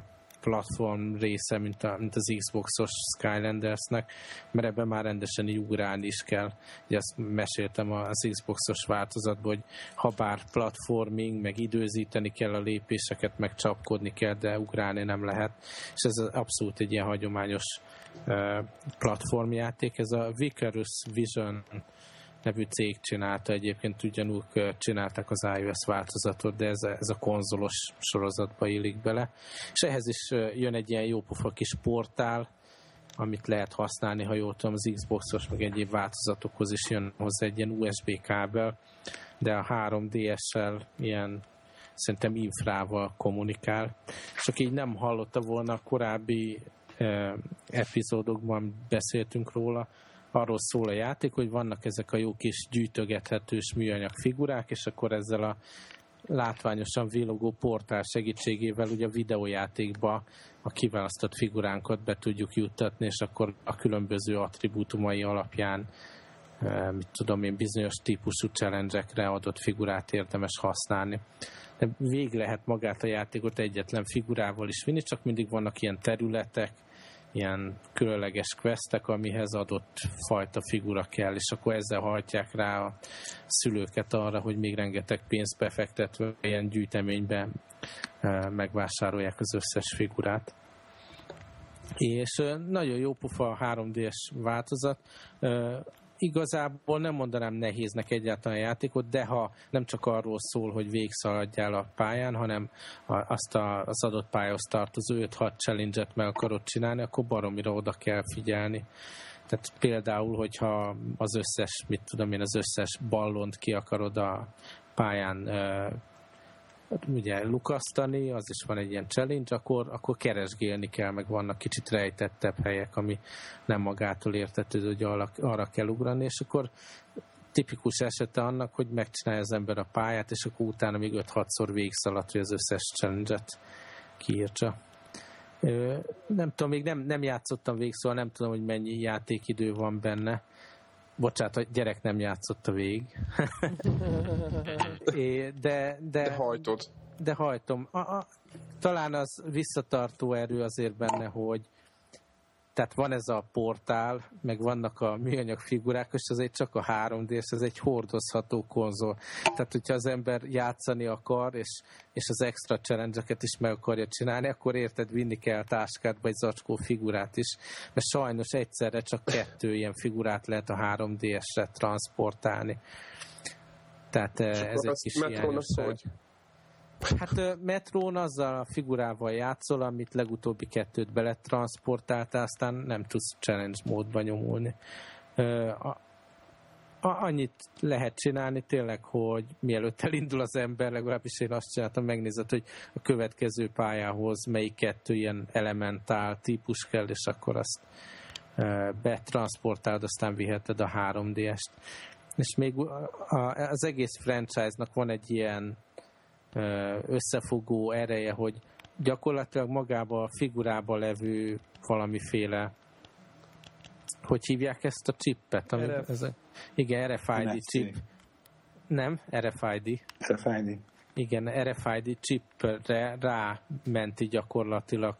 platform része, mint az Xboxos Skylandersnek, mert ebben már rendesen így ugrálni is kell. Ugye azt meséltem az Xboxos változatban, hogy ha bár platforming, meg időzíteni kell a lépéseket, meg csapkodni kell, de ugrálni nem lehet. És ez abszolút egy ilyen hagyományos platformjáték. Ez a Vicarious Vision nevű cég csinálta, egyébként ugyanúgy csinálták az iOS változatot, de ez a konzolos sorozatba illik bele. És ehhez is jön egy ilyen jópofa kis portál, amit lehet használni, ha jól tudom, az Xboxos, meg egyéb változatokhoz is jön hozzá egy ilyen USB kábel, de a 3DS-sel ilyen szerintem infrával kommunikál. És aki így nem hallotta volna, a korábbi epizódokban beszéltünk róla, arról szól a játék, hogy vannak ezek a jó kis gyűjtögethetős műanyag figurák, és akkor ezzel a látványosan villogó portál segítségével ugye a videójátékba a kiválasztott figuránkat be tudjuk juttatni, és akkor a különböző attribútumai alapján mit tudom én, bizonyos típusú challenge-ekre adott figurát érdemes használni. De végig lehet magát a játékot egyetlen figurával is vinni, csak mindig vannak ilyen területek, ilyen különleges questek, amihez adott fajta figura kell, és akkor ezzel hajtják rá a szülőket arra, hogy még rengeteg pénzt befektetve ilyen gyűjteménybe megvásárolják az összes figurát. És nagyon jó pofa a 3D-s változat. Igazából nem mondanám nehéznek egyáltalán a játékot, de ha nem csak arról szól, hogy végigszaladjál a pályán, hanem azt az adott pályához tartozó 5-6 challenge-et meg akarod csinálni, akkor baromira oda kell figyelni. Tehát például, hogyha az összes ballont ki akarod a pályán ugye lukasztani, az is van egy ilyen challenge, akkor keresgélni kell, meg vannak kicsit rejtettebb helyek, ami nem magától értetődő, hogy arra kell ugrani, és akkor tipikus esete annak, hogy megcsinálja az ember a pályát, és akkor utána még 5-6-szor végigszaladt, hogy az összes challenge-et kiírtsa. Nem tudom, még nem játszottam végig, szóval nem tudom, hogy mennyi játékidő van benne. Bocsánat, a gyerek nem játszotta végig. De hajtod. De hajtom. Talán az visszatartó erő azért benne, hogy tehát van ez a portál, meg vannak a műanyag figurák, és azért csak a 3D, és ez egy hordozható konzol. Tehát, hogyha az ember játszani akar, és az extra challenge-eket is meg akarja csinálni, akkor érted, vinni kell táskádba egy zacskó figurát is, mert sajnos egyszerre csak 2 ilyen figurát lehet a 3DS-re transportálni. Tehát ez egy kis hiányosság. Hát Metrón azzal a figurával játszol, amit legutóbbi 2-t beletransportáltál, aztán nem tudsz challenge módba nyomulni. Annyit lehet csinálni tényleg, hogy mielőtt elindul az ember, legalábbis én azt csináltam, megnézed, hogy a következő pályához melyik 2 ilyen elementál típus kell, és akkor azt betransportálod, aztán viheted a 3DS-t. És még az egész franchise-nak van egy ilyen összefogó ereje, hogy gyakorlatilag magába a figurába levő valamiféle, hogy hívják ezt a chipet? Igen, RFID NFC. Chip. Nem, RFID. Igen, RFID chipre rámenti gyakorlatilag,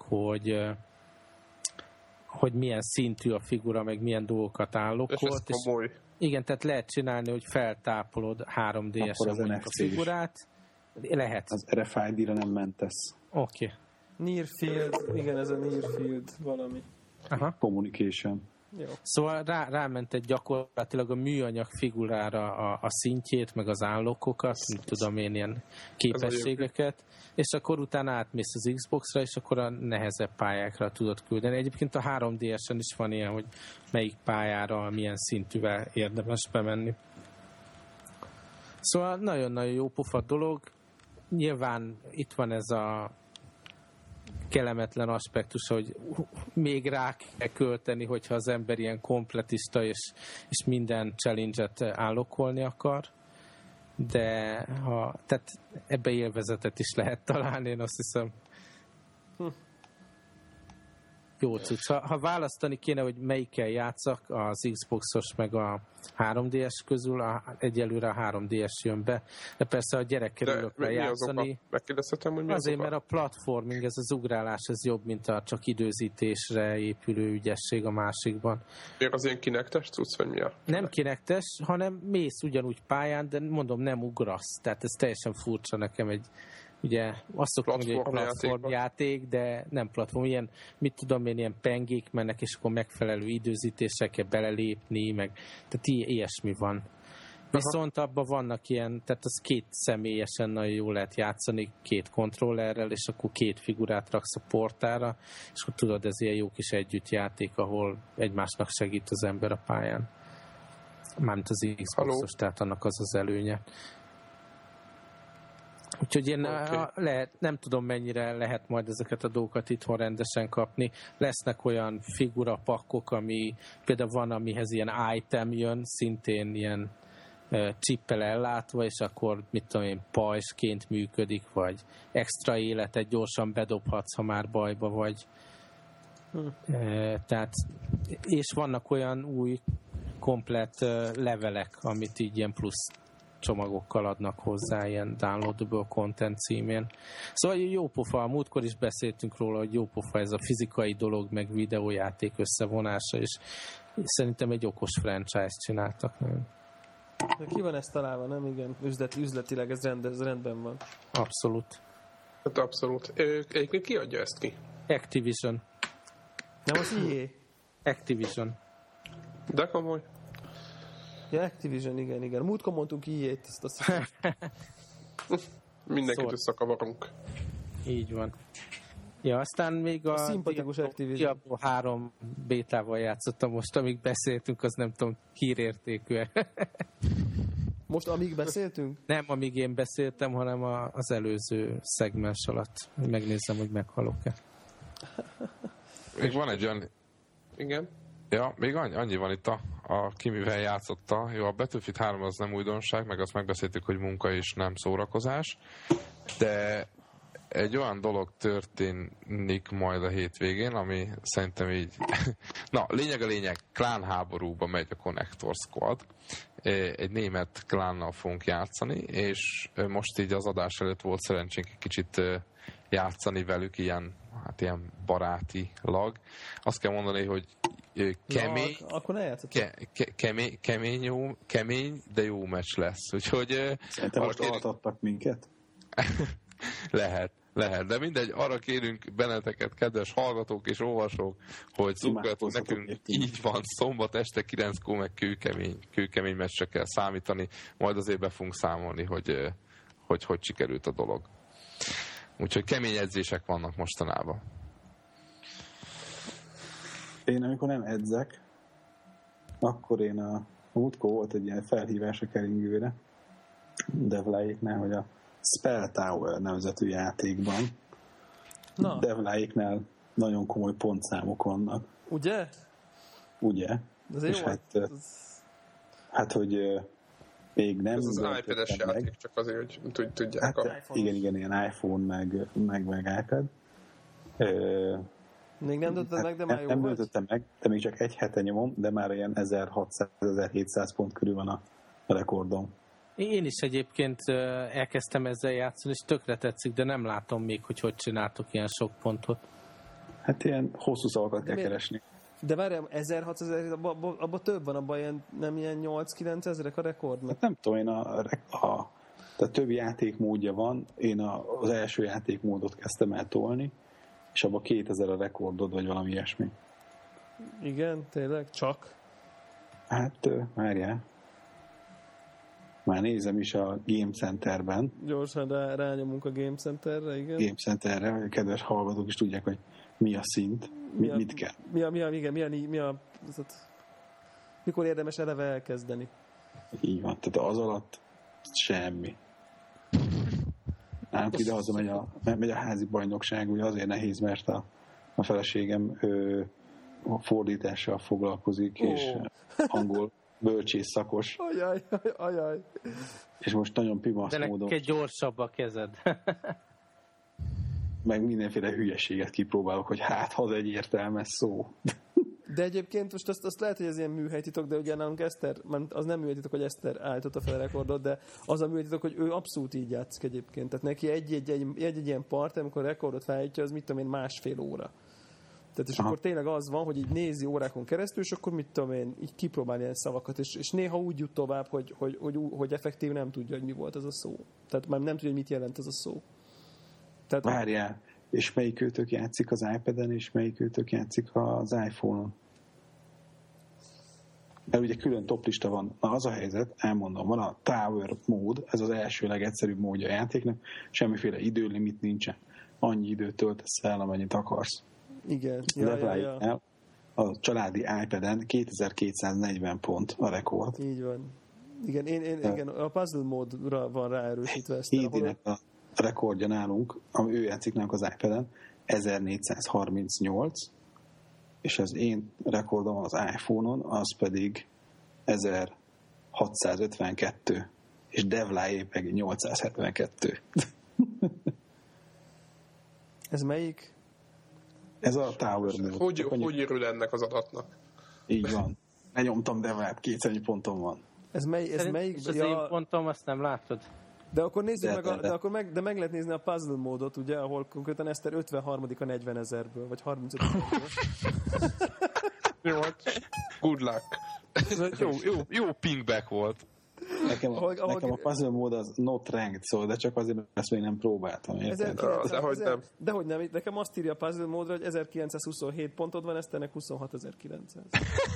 hogy milyen szintű a figura, meg milyen dolgokat állokolt. Igen, tehát lehet csinálni, hogy feltápolod 3D-esen a figurát. Lehet. Az RFID-ra nem mentesz. Oké. Near field, igen, ez a near field valami. Aha. Communication. Jó. Szóval rámentett gyakorlatilag a műanyag figurára a szintjét, meg az állokokat, mit tudom én, ilyen képességeket, és akkor utána átmész az Xbox-ra, és akkor a nehezebb pályákra tudod küldeni. Egyébként a 3DS-en is van ilyen, hogy melyik pályára, milyen szintűvel érdemes bemenni. Szóval nagyon-nagyon jó pofa dolog. Nyilván itt van ez a kellemetlen aspektus, hogy még rá kell költeni, hogyha az ember ilyen kompletista és minden challenge-et állokolni akar, de tehát ebbe élvezetet is lehet találni, én azt hiszem. Jó cucc. Ha választani kéne, hogy melyikkel játszak, az Xboxos meg a 3DS közül, egyelőre a 3DS jön be. De persze a gyerekkel ülök le játszani. Megkérdezhetem, hogy mi azért, mert a platforming, ez az ugrálás, ez jobb, mint a csak időzítésre épülő ügyesség a másikban. Még az ilyen kinektes cucc, vagy mi a? Nem kinektes, hanem mész ugyanúgy pályán, de mondom, nem ugrasz. Tehát ez teljesen furcsa nekem ugye azt szoktam, hogy egy platformjáték, de nem platform, ilyen, mit tudom én, ilyen pengék mennek, és akkor megfelelő időzítésre kell belelépni, tehát ilyesmi van. Viszont abban vannak ilyen, tehát az 2 személyesen nagyon jól lehet játszani, 2 kontrollerrel, és akkor 2 figurát raksz a portára, és akkor tudod, ez ilyen jó kis együttjáték, ahol egymásnak segít az ember a pályán. Mármint az Xboxos, tehát annak az előnye. Úgyhogy én nem tudom, mennyire lehet majd ezeket a dolgokat itthon rendesen kapni. Lesznek olyan figurapakkok, ami például van, amihez ilyen item jön, szintén ilyen csippel ellátva, és akkor mit tudom én, pajzsként működik, vagy extra életet gyorsan bedobhatsz, ha már bajba vagy. Tehát, és vannak olyan új komplett levelek, amit így ilyen plusz csomagokkal adnak hozzá, ilyen downloadable content címén. Szóval jó pofa, a múltkor is beszéltünk róla, hogy jó pofa ez a fizikai dolog, meg videójáték összevonása, és szerintem egy okos franchise-t csináltak. Ki van ezt találva, nem? Igen, üzletileg ez rendben van. Abszolút. Hát abszolút. Egyébként ki adja ezt ki? Activision. Nem az EA? Activision. De komoly. Ja, Activision, igen. Múltkor mondtunk EA-t, ezt azt hiszem. Mindenkit összekavarunk. Így van. Ja, aztán még a szimpatikus Activision. Diablo 3 bétával játszottam most, amíg beszéltünk, az nem tudom, hírértékű-e. Most amíg beszéltünk? Nem, amíg én beszéltem, hanem az előző szegmens alatt. Megnézem, hogy meghalok-e. Még van egy olyan... Igen. Ja, még annyi van itt a ki mivel játszotta. Jó, a Battlefield 3 az nem újdonság, meg azt megbeszéltük, hogy munka és nem szórakozás, de egy olyan dolog történik majd a hétvégén, ami szerintem így... Na, lényeg, klánháborúba megy a Connector Squad. Egy német klánnal fogunk játszani, és most így az adás előtt volt szerencsénk egy kicsit játszani velük, ilyen barátilag. Azt kell mondani, hogy kemény, akkor ne kemény, de jó meccs lesz. Úgyhogy... Szerintem most altattak minket? Lehet, de mindegy, arra kérünk benneteket, kedves hallgatók és olvasók, hogy szurkoljatok nekünk, így van, szombat este 9-kor meg kőkemény meccsre kell számítani, majd azért be fogunk számolni, hogy sikerült a dolog. Úgyhogy kemény edzések vannak mostanában. Én amikor nem edzek, akkor én a múltkor volt egy ilyen felhívás a keringőre, Devláéknál, hogy a Spell Tower nevezetű játékban Devláéknál nagyon komoly pontszámok vannak. Ugye? Ugye. És jó, hát, hogy még nem... Ez az iPad-es játék, csak azért, hogy tudják. Hát, igen, ilyen iPhone, meg iPad. Még nem döntöttem meg, de már jó nem döntöttem meg, de még csak egy hete nyomom, de már ilyen 1600-1700 pont körül van a rekordom. Én is egyébként elkezdtem ezzel játszani, és tökre tetszik, de nem látom még, hogy csináltok ilyen sok pontot. Hát ilyen hosszú szavakat kell keresni. De várjál, 1600, abban több van, abban nem ilyen 8-9 ezerek a rekord? Hát nem tudom, én tehát több játékmódja van, én az első játékmódot kezdtem el tolni, és abban 2000 a rekordod, vagy valami ilyesmi. Igen, tényleg? Csak? Hát, várjál. Már nézem is a Game Centerben. Gyorsan rányomunk a Game Centerre, igen. Game Centerre, hogy a kedves hallgatók is tudják, hogy mi a szint, mit kell. Mikor érdemes eleve elkezdeni? Így van, tehát az alatt semmi. Nálunk ide-haza megy a házi bajnokság, ugye azért nehéz, mert a feleségem a fordítással foglalkozik, és angol bölcsész szakos. Ajaj. És most nagyon pimasz módon... De neked gyorsabb a kezed. meg mindenféle hülyeséget kipróbálok, hogy hát, ha az egy értelmes szó. De egyébként most azt lehet, hogy ez ilyen műhelytitok, de ugye nálunk Eszter, az nem műhelytitok, hogy Eszter állította fel a rekordot, de az a műhelytitok, hogy ő abszolút így játszik egyébként. Tehát neki egy ilyen part, amikor rekordot felállítja, az mit tudom én, 1,5 óra. Tehát és akkor tényleg az van, hogy így nézi órákon keresztül, és akkor mit tudom én, így kipróbál ilyen szavakat, és néha úgy jut tovább, hogy effektív nem tudja, hogy mi volt ez a szó. Tehát már nem tudja, hogy mit jelent ez a szó. Tehát... Várjál, és melyik őtök játszik az iPad-en, és melyik őtök játszik az iPhone-on? Mert ugye külön toplista van. Na az a helyzet, elmondom, van a Tower mód, ez az első legegyszerűbb módja a játéknak, semmiféle időlimit nincsen. Annyi időt töltesz el, amennyit akarsz. Igen. Ja. A családi iPad-en 2240 pont a rekord. Így van. Igen, igen, a puzzle módra van ráerősítve ezt. Hédinek a rekordja nálunk, ami ő játszik nálunk az iPad-en, 1438, és az én rekordom az iPhone-on, az pedig 1652, és Devláé meg 872. Ez melyik? Ez a Tower mód. Hogy örül ennek az adatnak? Így van. Lenyomtam Devlát, 200 pontom van. Ez melyik? És az én pontom, azt nem látod? De akkor nézzük de meg lehet nézni a puzzle módot, ugye, ahol konkrétan Eszter 53-a 40 000-ből, vagy 35 000-ből. Jó, good luck. Jó pingback volt. Nekem a puzzle mód az not ranked, szóval, de csak azért, mert ezt még nem próbáltam. Dehogy nem. Nekem azt írja a puzzle módra, hogy 1927 pontod van, Eszternek 26.900.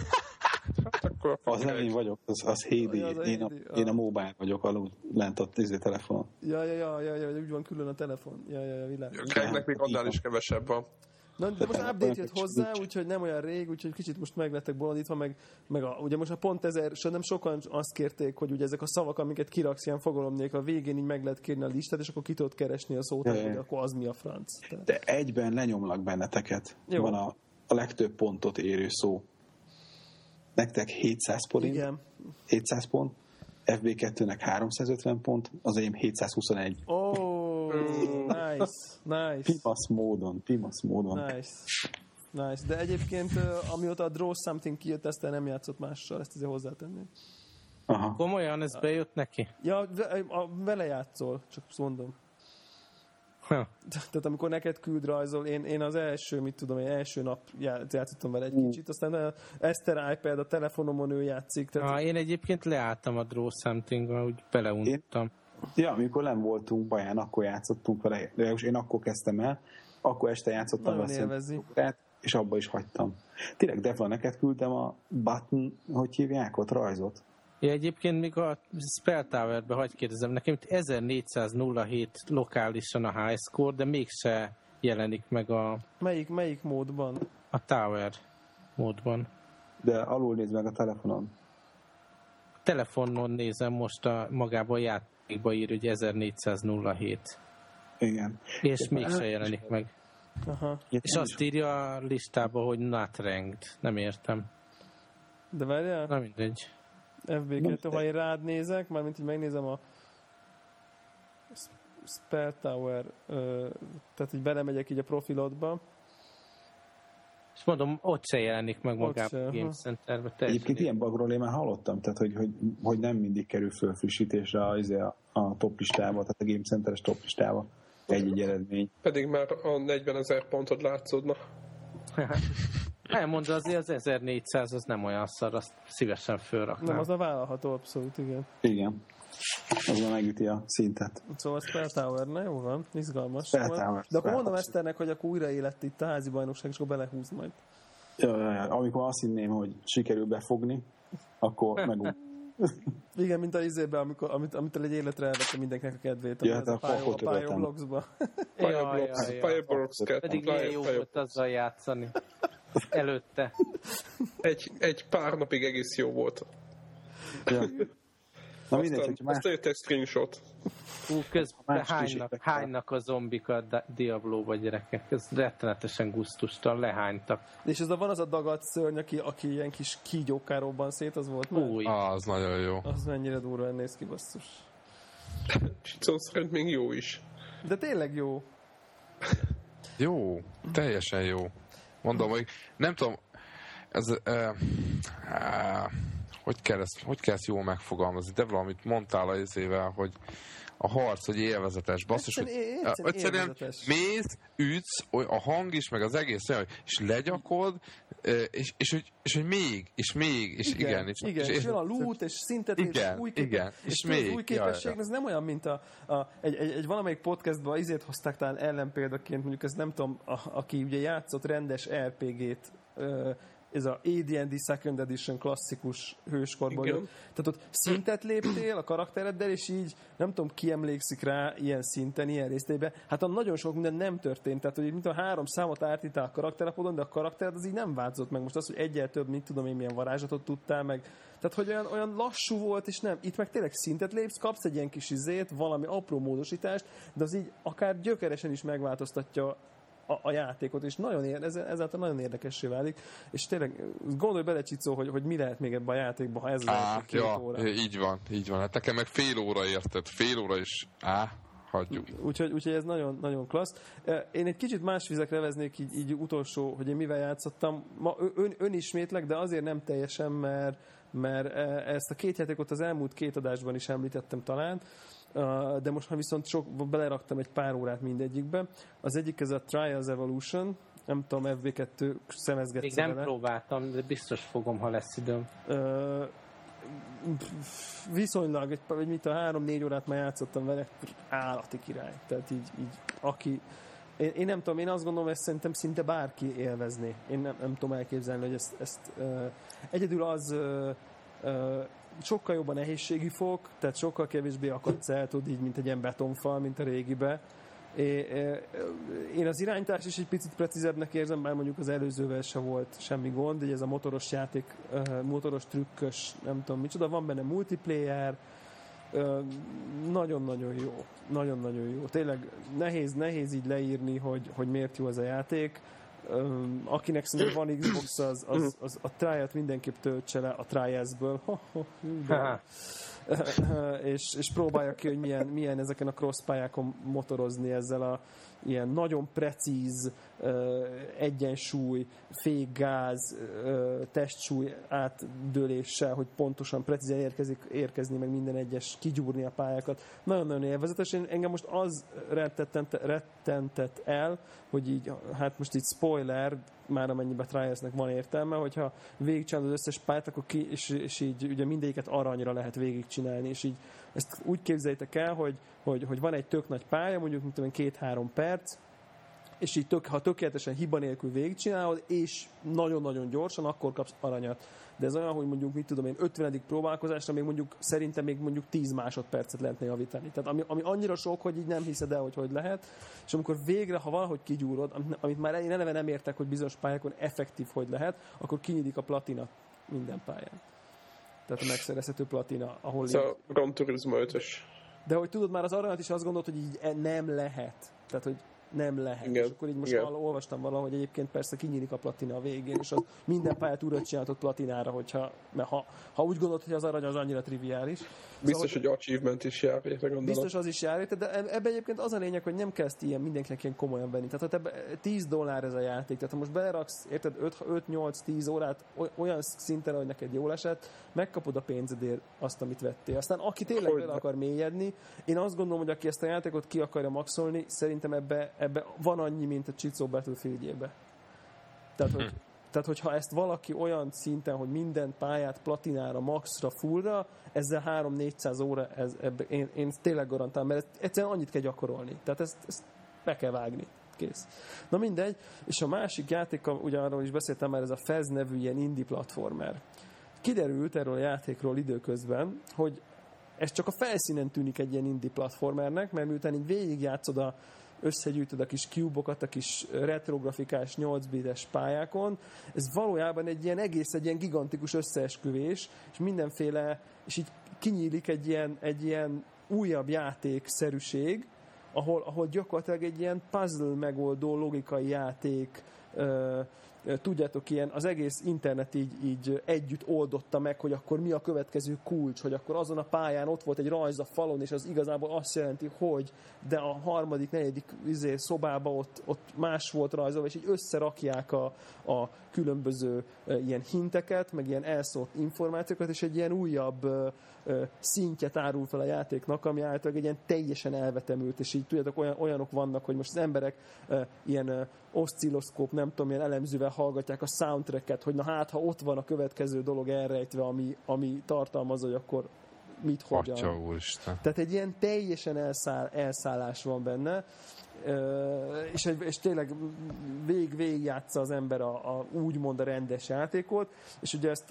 Az nem én vagyok, az Hédi. Én a mobile vagyok alul lent a telefonon. Ja, úgy van külön a telefon. Ja, világos. Gregnek még annál is kevesebb van. Na, de most update jött hozzá, úgyhogy nem olyan rég, úgyhogy kicsit most meg lettek bolondítva, meg ugye most a pont 1000, nem sokan azt kérték, hogy ugye ezek a szavak, amiket kiraksz ilyen fogalom nélkül, a végén így meg lehet kérni a listát, és akkor ki tudod keresni a szót, hogy akkor az mi a franc. Tehát. De egyben lenyomlak benneteket. Jó. Van a legtöbb pontot érő szó. Nektek 700 forint, igen. 700 pont, FB2-nek 350 pont, az enyém 721. Oh, nice. Pimasz módon. Nice. De egyébként, amióta a Draw Something kijött, ezt nem játszott mással, ezt azért hozzátenném. Aha. Komolyan ez bejött neki? Ja, vele játszol, csak mondom. Tehát amikor neked küld rajzol, én az első nap játszottam vele egy kicsit, aztán a Eszter iPad, a telefonomon ő játszik. Tehát... Én egyébként leálltam a Draw Something-val, úgy beleuntam. Amikor nem voltunk Baján, akkor játszottunk vele, de én akkor kezdtem el, akkor este játszottam vele, és abba is hagytam. Tényleg, Devla, neked küldtem a button, hogy hívják ott rajzot? Ja, egyébként még a Spell Tower-be, hagyj kérdezem, nekem itt 1407 lokálisan a high score, de mégse jelenik meg a... Melyik módban? A Tower módban. De alul nézd meg a telefonon. A telefonon nézem most magában a játékba ír, hogy 1407. Igen. És mégse jelenik meg. Aha. És azt írja a listába, hogy not ranked. Nem értem. De várjál? Na mindegy. FB2, ha én rád nézek, mármint így megnézem a Spell Tower, tehát így belemegyek így a profilodba. És mondom, ott se jelenik meg magában a Game Centerbe. Egyébként ilyen bugról én már hallottam, tehát hogy nem mindig kerül fölfrissítésre a top listába, tehát a Game Center-es top listába egy eredmény. Pedig már a 40 000 pontod látszódna. Elmondja, azért az 1400 az nem olyan szar, azt szívesen fölraknám. Nem, az a vállalható abszolút, igen. Igen. Azon megüti a szintet. Szóval Spell Tower, na jó van, izgalmas. Spell Tower. De akkor mondom Eszternek, hogy akkor újra élet itt a házi bajnokság, és akkor belehúz majd. Ja. Amikor azt hinném, hogy sikerül befogni, akkor meg igen, mint a izébe, amit egy életre elvette mindenkinek a kedvét. Ja, a Fireblocksba. Fireblocks 2. Pedig milyen jó volt azzal játszani. Előtte. Egy pár napig egész jó volt. Ja. Na mindegy, aztán jött egy screenshot. Közben hánynak a zombik a Diablo-ba, gyerekek. Ez rettenetesen gusztustalan, lehánytak. És van az a dagadt szörny, aki ilyen kis kígyókká robban szét, az volt már? Új. Az nagyon jó. Az mennyire durván néz ki, basszus. Csicó szerint még jó is. De tényleg jó. Jó, teljesen jó. Mondom, hogy nem tudom, ez, hogy kell ezt jól megfogalmazni, de valamit mondtál az évvel, hogy a harc, hogy élvezetes, basszus, hogy egyszerűen mész, ütsz, a hang is, meg az egész olyan, és legyakod, és hogy még, és igen. És jön a loot, és szintet új képesség, ez nem olyan, mint egy valamelyik podcastban izét hozták talán ellenpéldaként, mondjuk ez nem tudom, aki ugye játszott rendes RPG-t, ez a AD&D Second Edition klasszikus hőskorból. Tehát ott szintet léptél a karaktereddel, és így nem tudom, ki emlékszik rá ilyen szinten, ilyen résztében. Hát nagyon sok minden nem történt. Tehát, hogy mint a 3 számot átítál a karakterapodon, de a karaktered az így nem változott meg. Most az, hogy egyel több, mint tudom én, milyen varázslatot tudtál meg. Tehát, hogy olyan lassú volt, és nem. Itt meg tényleg szintet lépsz, kapsz egy ilyen kis izét, valami apró módosítást, de az így akár gyökeresen is megváltoztatja a játékot, és ezáltal nagyon érdekessé válik, és tényleg gondolj bele, Csicó, hogy mi lehet még ebben a játékban, ha ez az első 2 óra. Így van. Hát nekem meg fél óra érted, fél óra is, hagyjuk. Úgyhogy ez nagyon, nagyon klassz. Én egy kicsit más vizekre veznék így utolsó, hogy én mivel játszottam. Ma önismétlek, de azért nem teljesen, mert ezt a 2 játékot az elmúlt 2 adásban is említettem talán, de most már viszont beleraktam egy pár órát mindegyikbe. Az egyik ez a Trials Evolution, nem tudom, FB2 szemezgetsz. Még nem próbáltam, de biztos fogom, ha lesz időm. Viszonylag, mint a 3-4 órát már játszottam vele, állati király. Tehát így aki... Én nem tudom, én azt gondolom, ezt szerintem szinte bárki élvezné. Én nem tudom elképzelni, hogy ezt egyedül az... sokkal jobban nehézségi fok, tehát sokkal kevésbé akadsz el, tudod így, mint egy ilyen betonfal, mint a régibe. Én az irányítás is egy picit precízebbnek érzem, bár mondjuk az előzővel se volt semmi gond, így ez a motoros játék, motoros trükkös, nem tudom micsoda, van benne multiplayer, nagyon-nagyon jó. Nagyon-nagyon jó. Tényleg nehéz így leírni, hogy miért jó ez a játék. Akinek szerintem van Xbox, az a Trial-t mindenképp töltse le a Trials-ből. És próbálja ki, hogy milyen ezeken a cross pályákon motorozni ezzel a ilyen nagyon precíz egyensúly, fékgáz, testsúly átdőléssel, hogy pontosan precízen érkezni, meg minden egyes, kigyúrni a pályákat. Nagyon-nagyon élvezetes. Engem most az rettentett el, hogy így, hát most így spoiler, már amennyiben Trials-nek van értelme, hogyha végigcsinálod az összes pályát, akkor és így ugye mindegyiket aranyra lehet végigcsinálni, és így ezt úgy képzeljétek el, hogy van egy tök nagy pálya, mondjuk 2-3 perc, és így ha tökéletesen hiba nélkül végigcsinálod, és nagyon-nagyon gyorsan, akkor kapsz aranyat. De ez olyan, hogy mondjuk, 50. próbálkozásra szerintem még 10 másodpercet lehetne javítani. Tehát ami annyira sok, hogy így nem hiszed el, hogy lehet. És amikor végre, ha valahogy kigyúrod, amit már én eleve nem értek, hogy bizonyos pályákon effektív hogy lehet, akkor kinyílik a platina minden pályán. Tehát a megszerezhető platina, ahol... Szóval Gran Turismo 5-ös. De hogy tudod, már az aranyat is azt gondolt, hogy így nem lehet. Tehát, hogy nem lehet. Igen, és akkor így most olvastam valahogy, egyébként persze kinyílik a platina a végén, és az minden pályát újra csináltott platinára, mert ha úgy gondolod, hogy az arany az annyira triviális. Biztos, hogy achievement is jár, gondolom. Biztos az is jár, de ebben egyébként az a lényeg, hogy nem kezd ilyen mindenkinek ilyen komolyan venni. Tehát ha $10 ez a játék, tehát ha most beleraksz, érted, 5-8-10 órát olyan szinten, hogy neked jól esett, megkapod a pénzedért azt, amit vettél. Aztán aki tényleg bele akar mélyedni, én azt gondolom, hogy aki ezt a játékot ki akarja maxolni, szerintem ebbe van annyi, mint a Csicó Battlefield-jébe. Tehát, hogyha ezt valaki olyan szinten, hogy minden pályát platinára, maxra, fullra, ezzel 300-400 óra, én tényleg garantálom, mert egyszerűen annyit kell gyakorolni. Tehát ezt be kell vágni. Kész. Na mindegy, és a másik játék, ugye arról is beszéltem már, ez a Fez nevű ilyen indie platformer. Kiderült erről a játékról időközben, hogy ez csak a felszínen tűnik egy ilyen indie platformernek, mert miután így végigjátszod összegyűjtöd a kis cube-okat, a kis retrografikás 8-bites pályákon, ez valójában egy ilyen gigantikus összeesküvés, és mindenféle, és így kinyílik egy ilyen újabb játékszerűség, ahol gyakorlatilag egy ilyen puzzle megoldó logikai játék tudjátok, ilyen az egész internet így együtt oldotta meg, hogy akkor mi a következő kulcs, hogy akkor azon a pályán ott volt egy rajz a falon, és az igazából azt jelenti, hogy, de a harmadik, negyedik szobába ott más volt rajzolva, és így összerakják a különböző ilyen hinteket, meg ilyen elszólt információkat, és egy ilyen újabb szintjet árul fel a játéknak, ami általában egy ilyen teljesen elvetemült, és így tudjátok, olyanok vannak, hogy most az emberek ilyen oszcilloszkóp, nem tudom, ilyen elemzővel hallgatják a soundtracket, hogy na hát, ha ott van a következő dolog elrejtve, ami tartalmaz, hogy akkor mit, hogyan. Atya úristen. Tehát egy ilyen teljesen elszállás van benne, és tényleg végigjátsza az ember úgymond a rendes játékot, és ugye ezt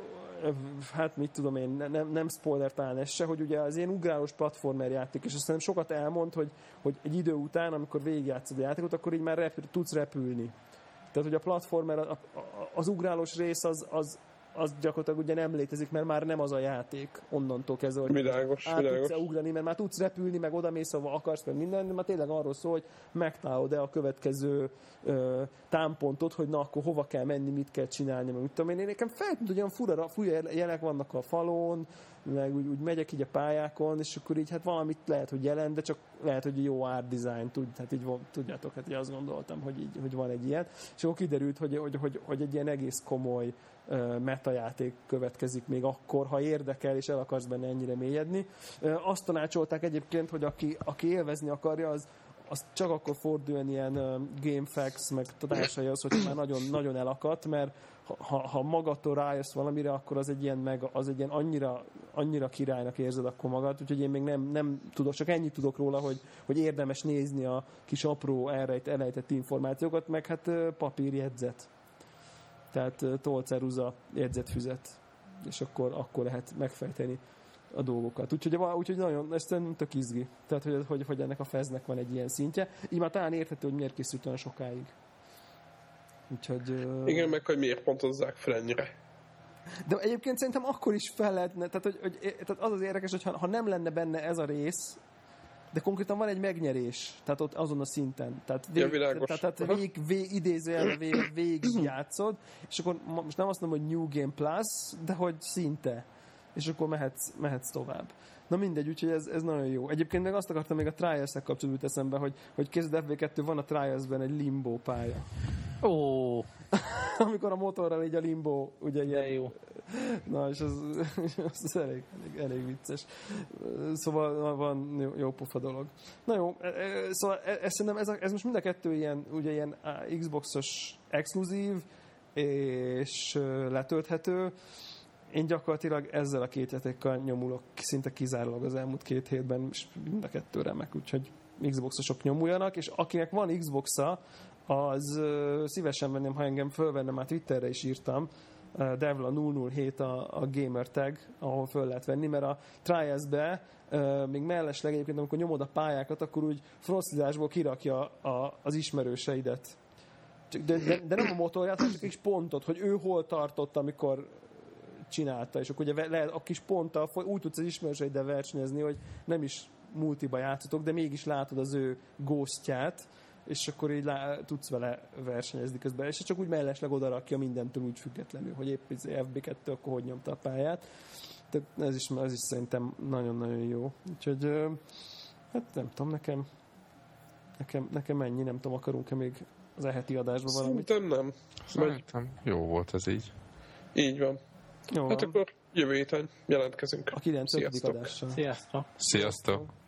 hát mit tudom én, nem spoiler talán ez se, hogy ugye az ilyen ugrálós platformer játék, és aztán sokat elmond, hogy egy idő után, amikor végigjátszod a játékot, akkor így már tudsz repülni. Tehát, hogy a platformer, az ugrálós rész az gyakorlatilag ugye nem létezik, mert már nem az a játék onnantól kezdve, hogy világos. tudsz ugrani, mert már tudsz repülni, meg odamész, ahova akarsz, meg minden, de már tényleg arról szól, hogy megtalálod-e a következő támpontot, hogy na, akkor hova kell menni, mit kell csinálni, meg mit tudom én. Nekem feltűnt, hogy olyan fura jelek vannak a falon, meg úgy megyek így a pályákon, és akkor így hát valamit lehet, hogy jelent, de csak lehet, hogy jó art design, hát így tudjátok, hát így azt gondoltam, hogy van egy ilyen. És akkor kiderült, hogy egy ilyen egész komoly metajáték következik még akkor, ha érdekel, és el akarsz benne ennyire mélyedni. Azt tanácsolták egyébként, hogy aki élvezni akarja, az csak akkor forduljon ilyen GameFAQs, meg társaihoz, hogy már nagyon, nagyon elakadt, mert ha magadtól rájössz valamire, akkor az egy ilyen annyira királynak érzed akkor magad, úgyhogy én még nem tudok, csak ennyit tudok róla, hogy érdemes nézni a kis apró elrejtett információkat, meg hát papírjegyzet. Tehát tollceruza, jegyzetfüzet, és akkor lehet megfejteni a dolgokat. Úgyhogy nagyon, ez nem tök izgi. Tehát, hogy ennek a feznek van egy ilyen szintje. Így már talán érthető, hogy miért készült olyan sokáig. Úgyhogy... Igen, meg hogy miért pontozzák fel ennyire. De egyébként szerintem akkor is fel lehetne, tehát az érdekes, hogy ha nem lenne benne ez a rész, de konkrétan van egy megnyerés, tehát ott azon a szinten. Tehát idézőjelben végig játszod, és akkor most nem azt mondom, hogy New Game Plus, de hogy szinte. És akkor mehetsz tovább. Na mindegy, úgyhogy ez nagyon jó. Egyébként meg azt akartam még a Trials-szel kapcsolatban eszembe, hogy kézzel FB2 van a Trials-ben egy limbo pálya. Ó! Amikor a motorral így a limbo, ugye ilyen... jó. Na, és az elég vicces. Szóval van jó pofa dolog. Na jó, szóval szerintem ez most mind a kettő ilyen Xbox-os exkluzív és letölthető. Én gyakorlatilag ezzel a két játékkal nyomulok szinte kizárólag az elmúlt 2 hétben, és mind a kettő remek, úgyhogy Xbox-osok nyomuljanak, és akinek van Xbox-a, az szívesen venném, ha engem fölvenne, már Twitterre is írtam, Devla 007 a gamer tag, ahol föl lehet venni, mert a Trials-be még mellesleg egyébként, amikor nyomod a pályákat, akkor úgy frostizásból kirakja az ismerőseidet. De nem a motorját, hanem csak egy kis pontot, hogy ő hol tartott, amikor csinálta, és akkor ugye lehet a kis ponttal úgy tudsz az ismerőseiddel versenyezni, hogy nem is multiba játszotok, de mégis látod az ő ghostját, és akkor így tudsz vele versenyezni közben, és csak úgy mellesleg odarakja mindentől úgy függetlenül, hogy épp FB2 akkor hogy nyomta a pályát. Tehát ez is szerintem nagyon-nagyon jó. Úgyhogy hát nem tudom, nekem ennyi, nem tudom, akarunk-e még az heti adásban valamit? Szerintem nem. Szerintem jó volt ez így. Így van. Jó, hát akkor jövő héten jelentkezünk. A 9. adással. Sziasztok! Sziasztok!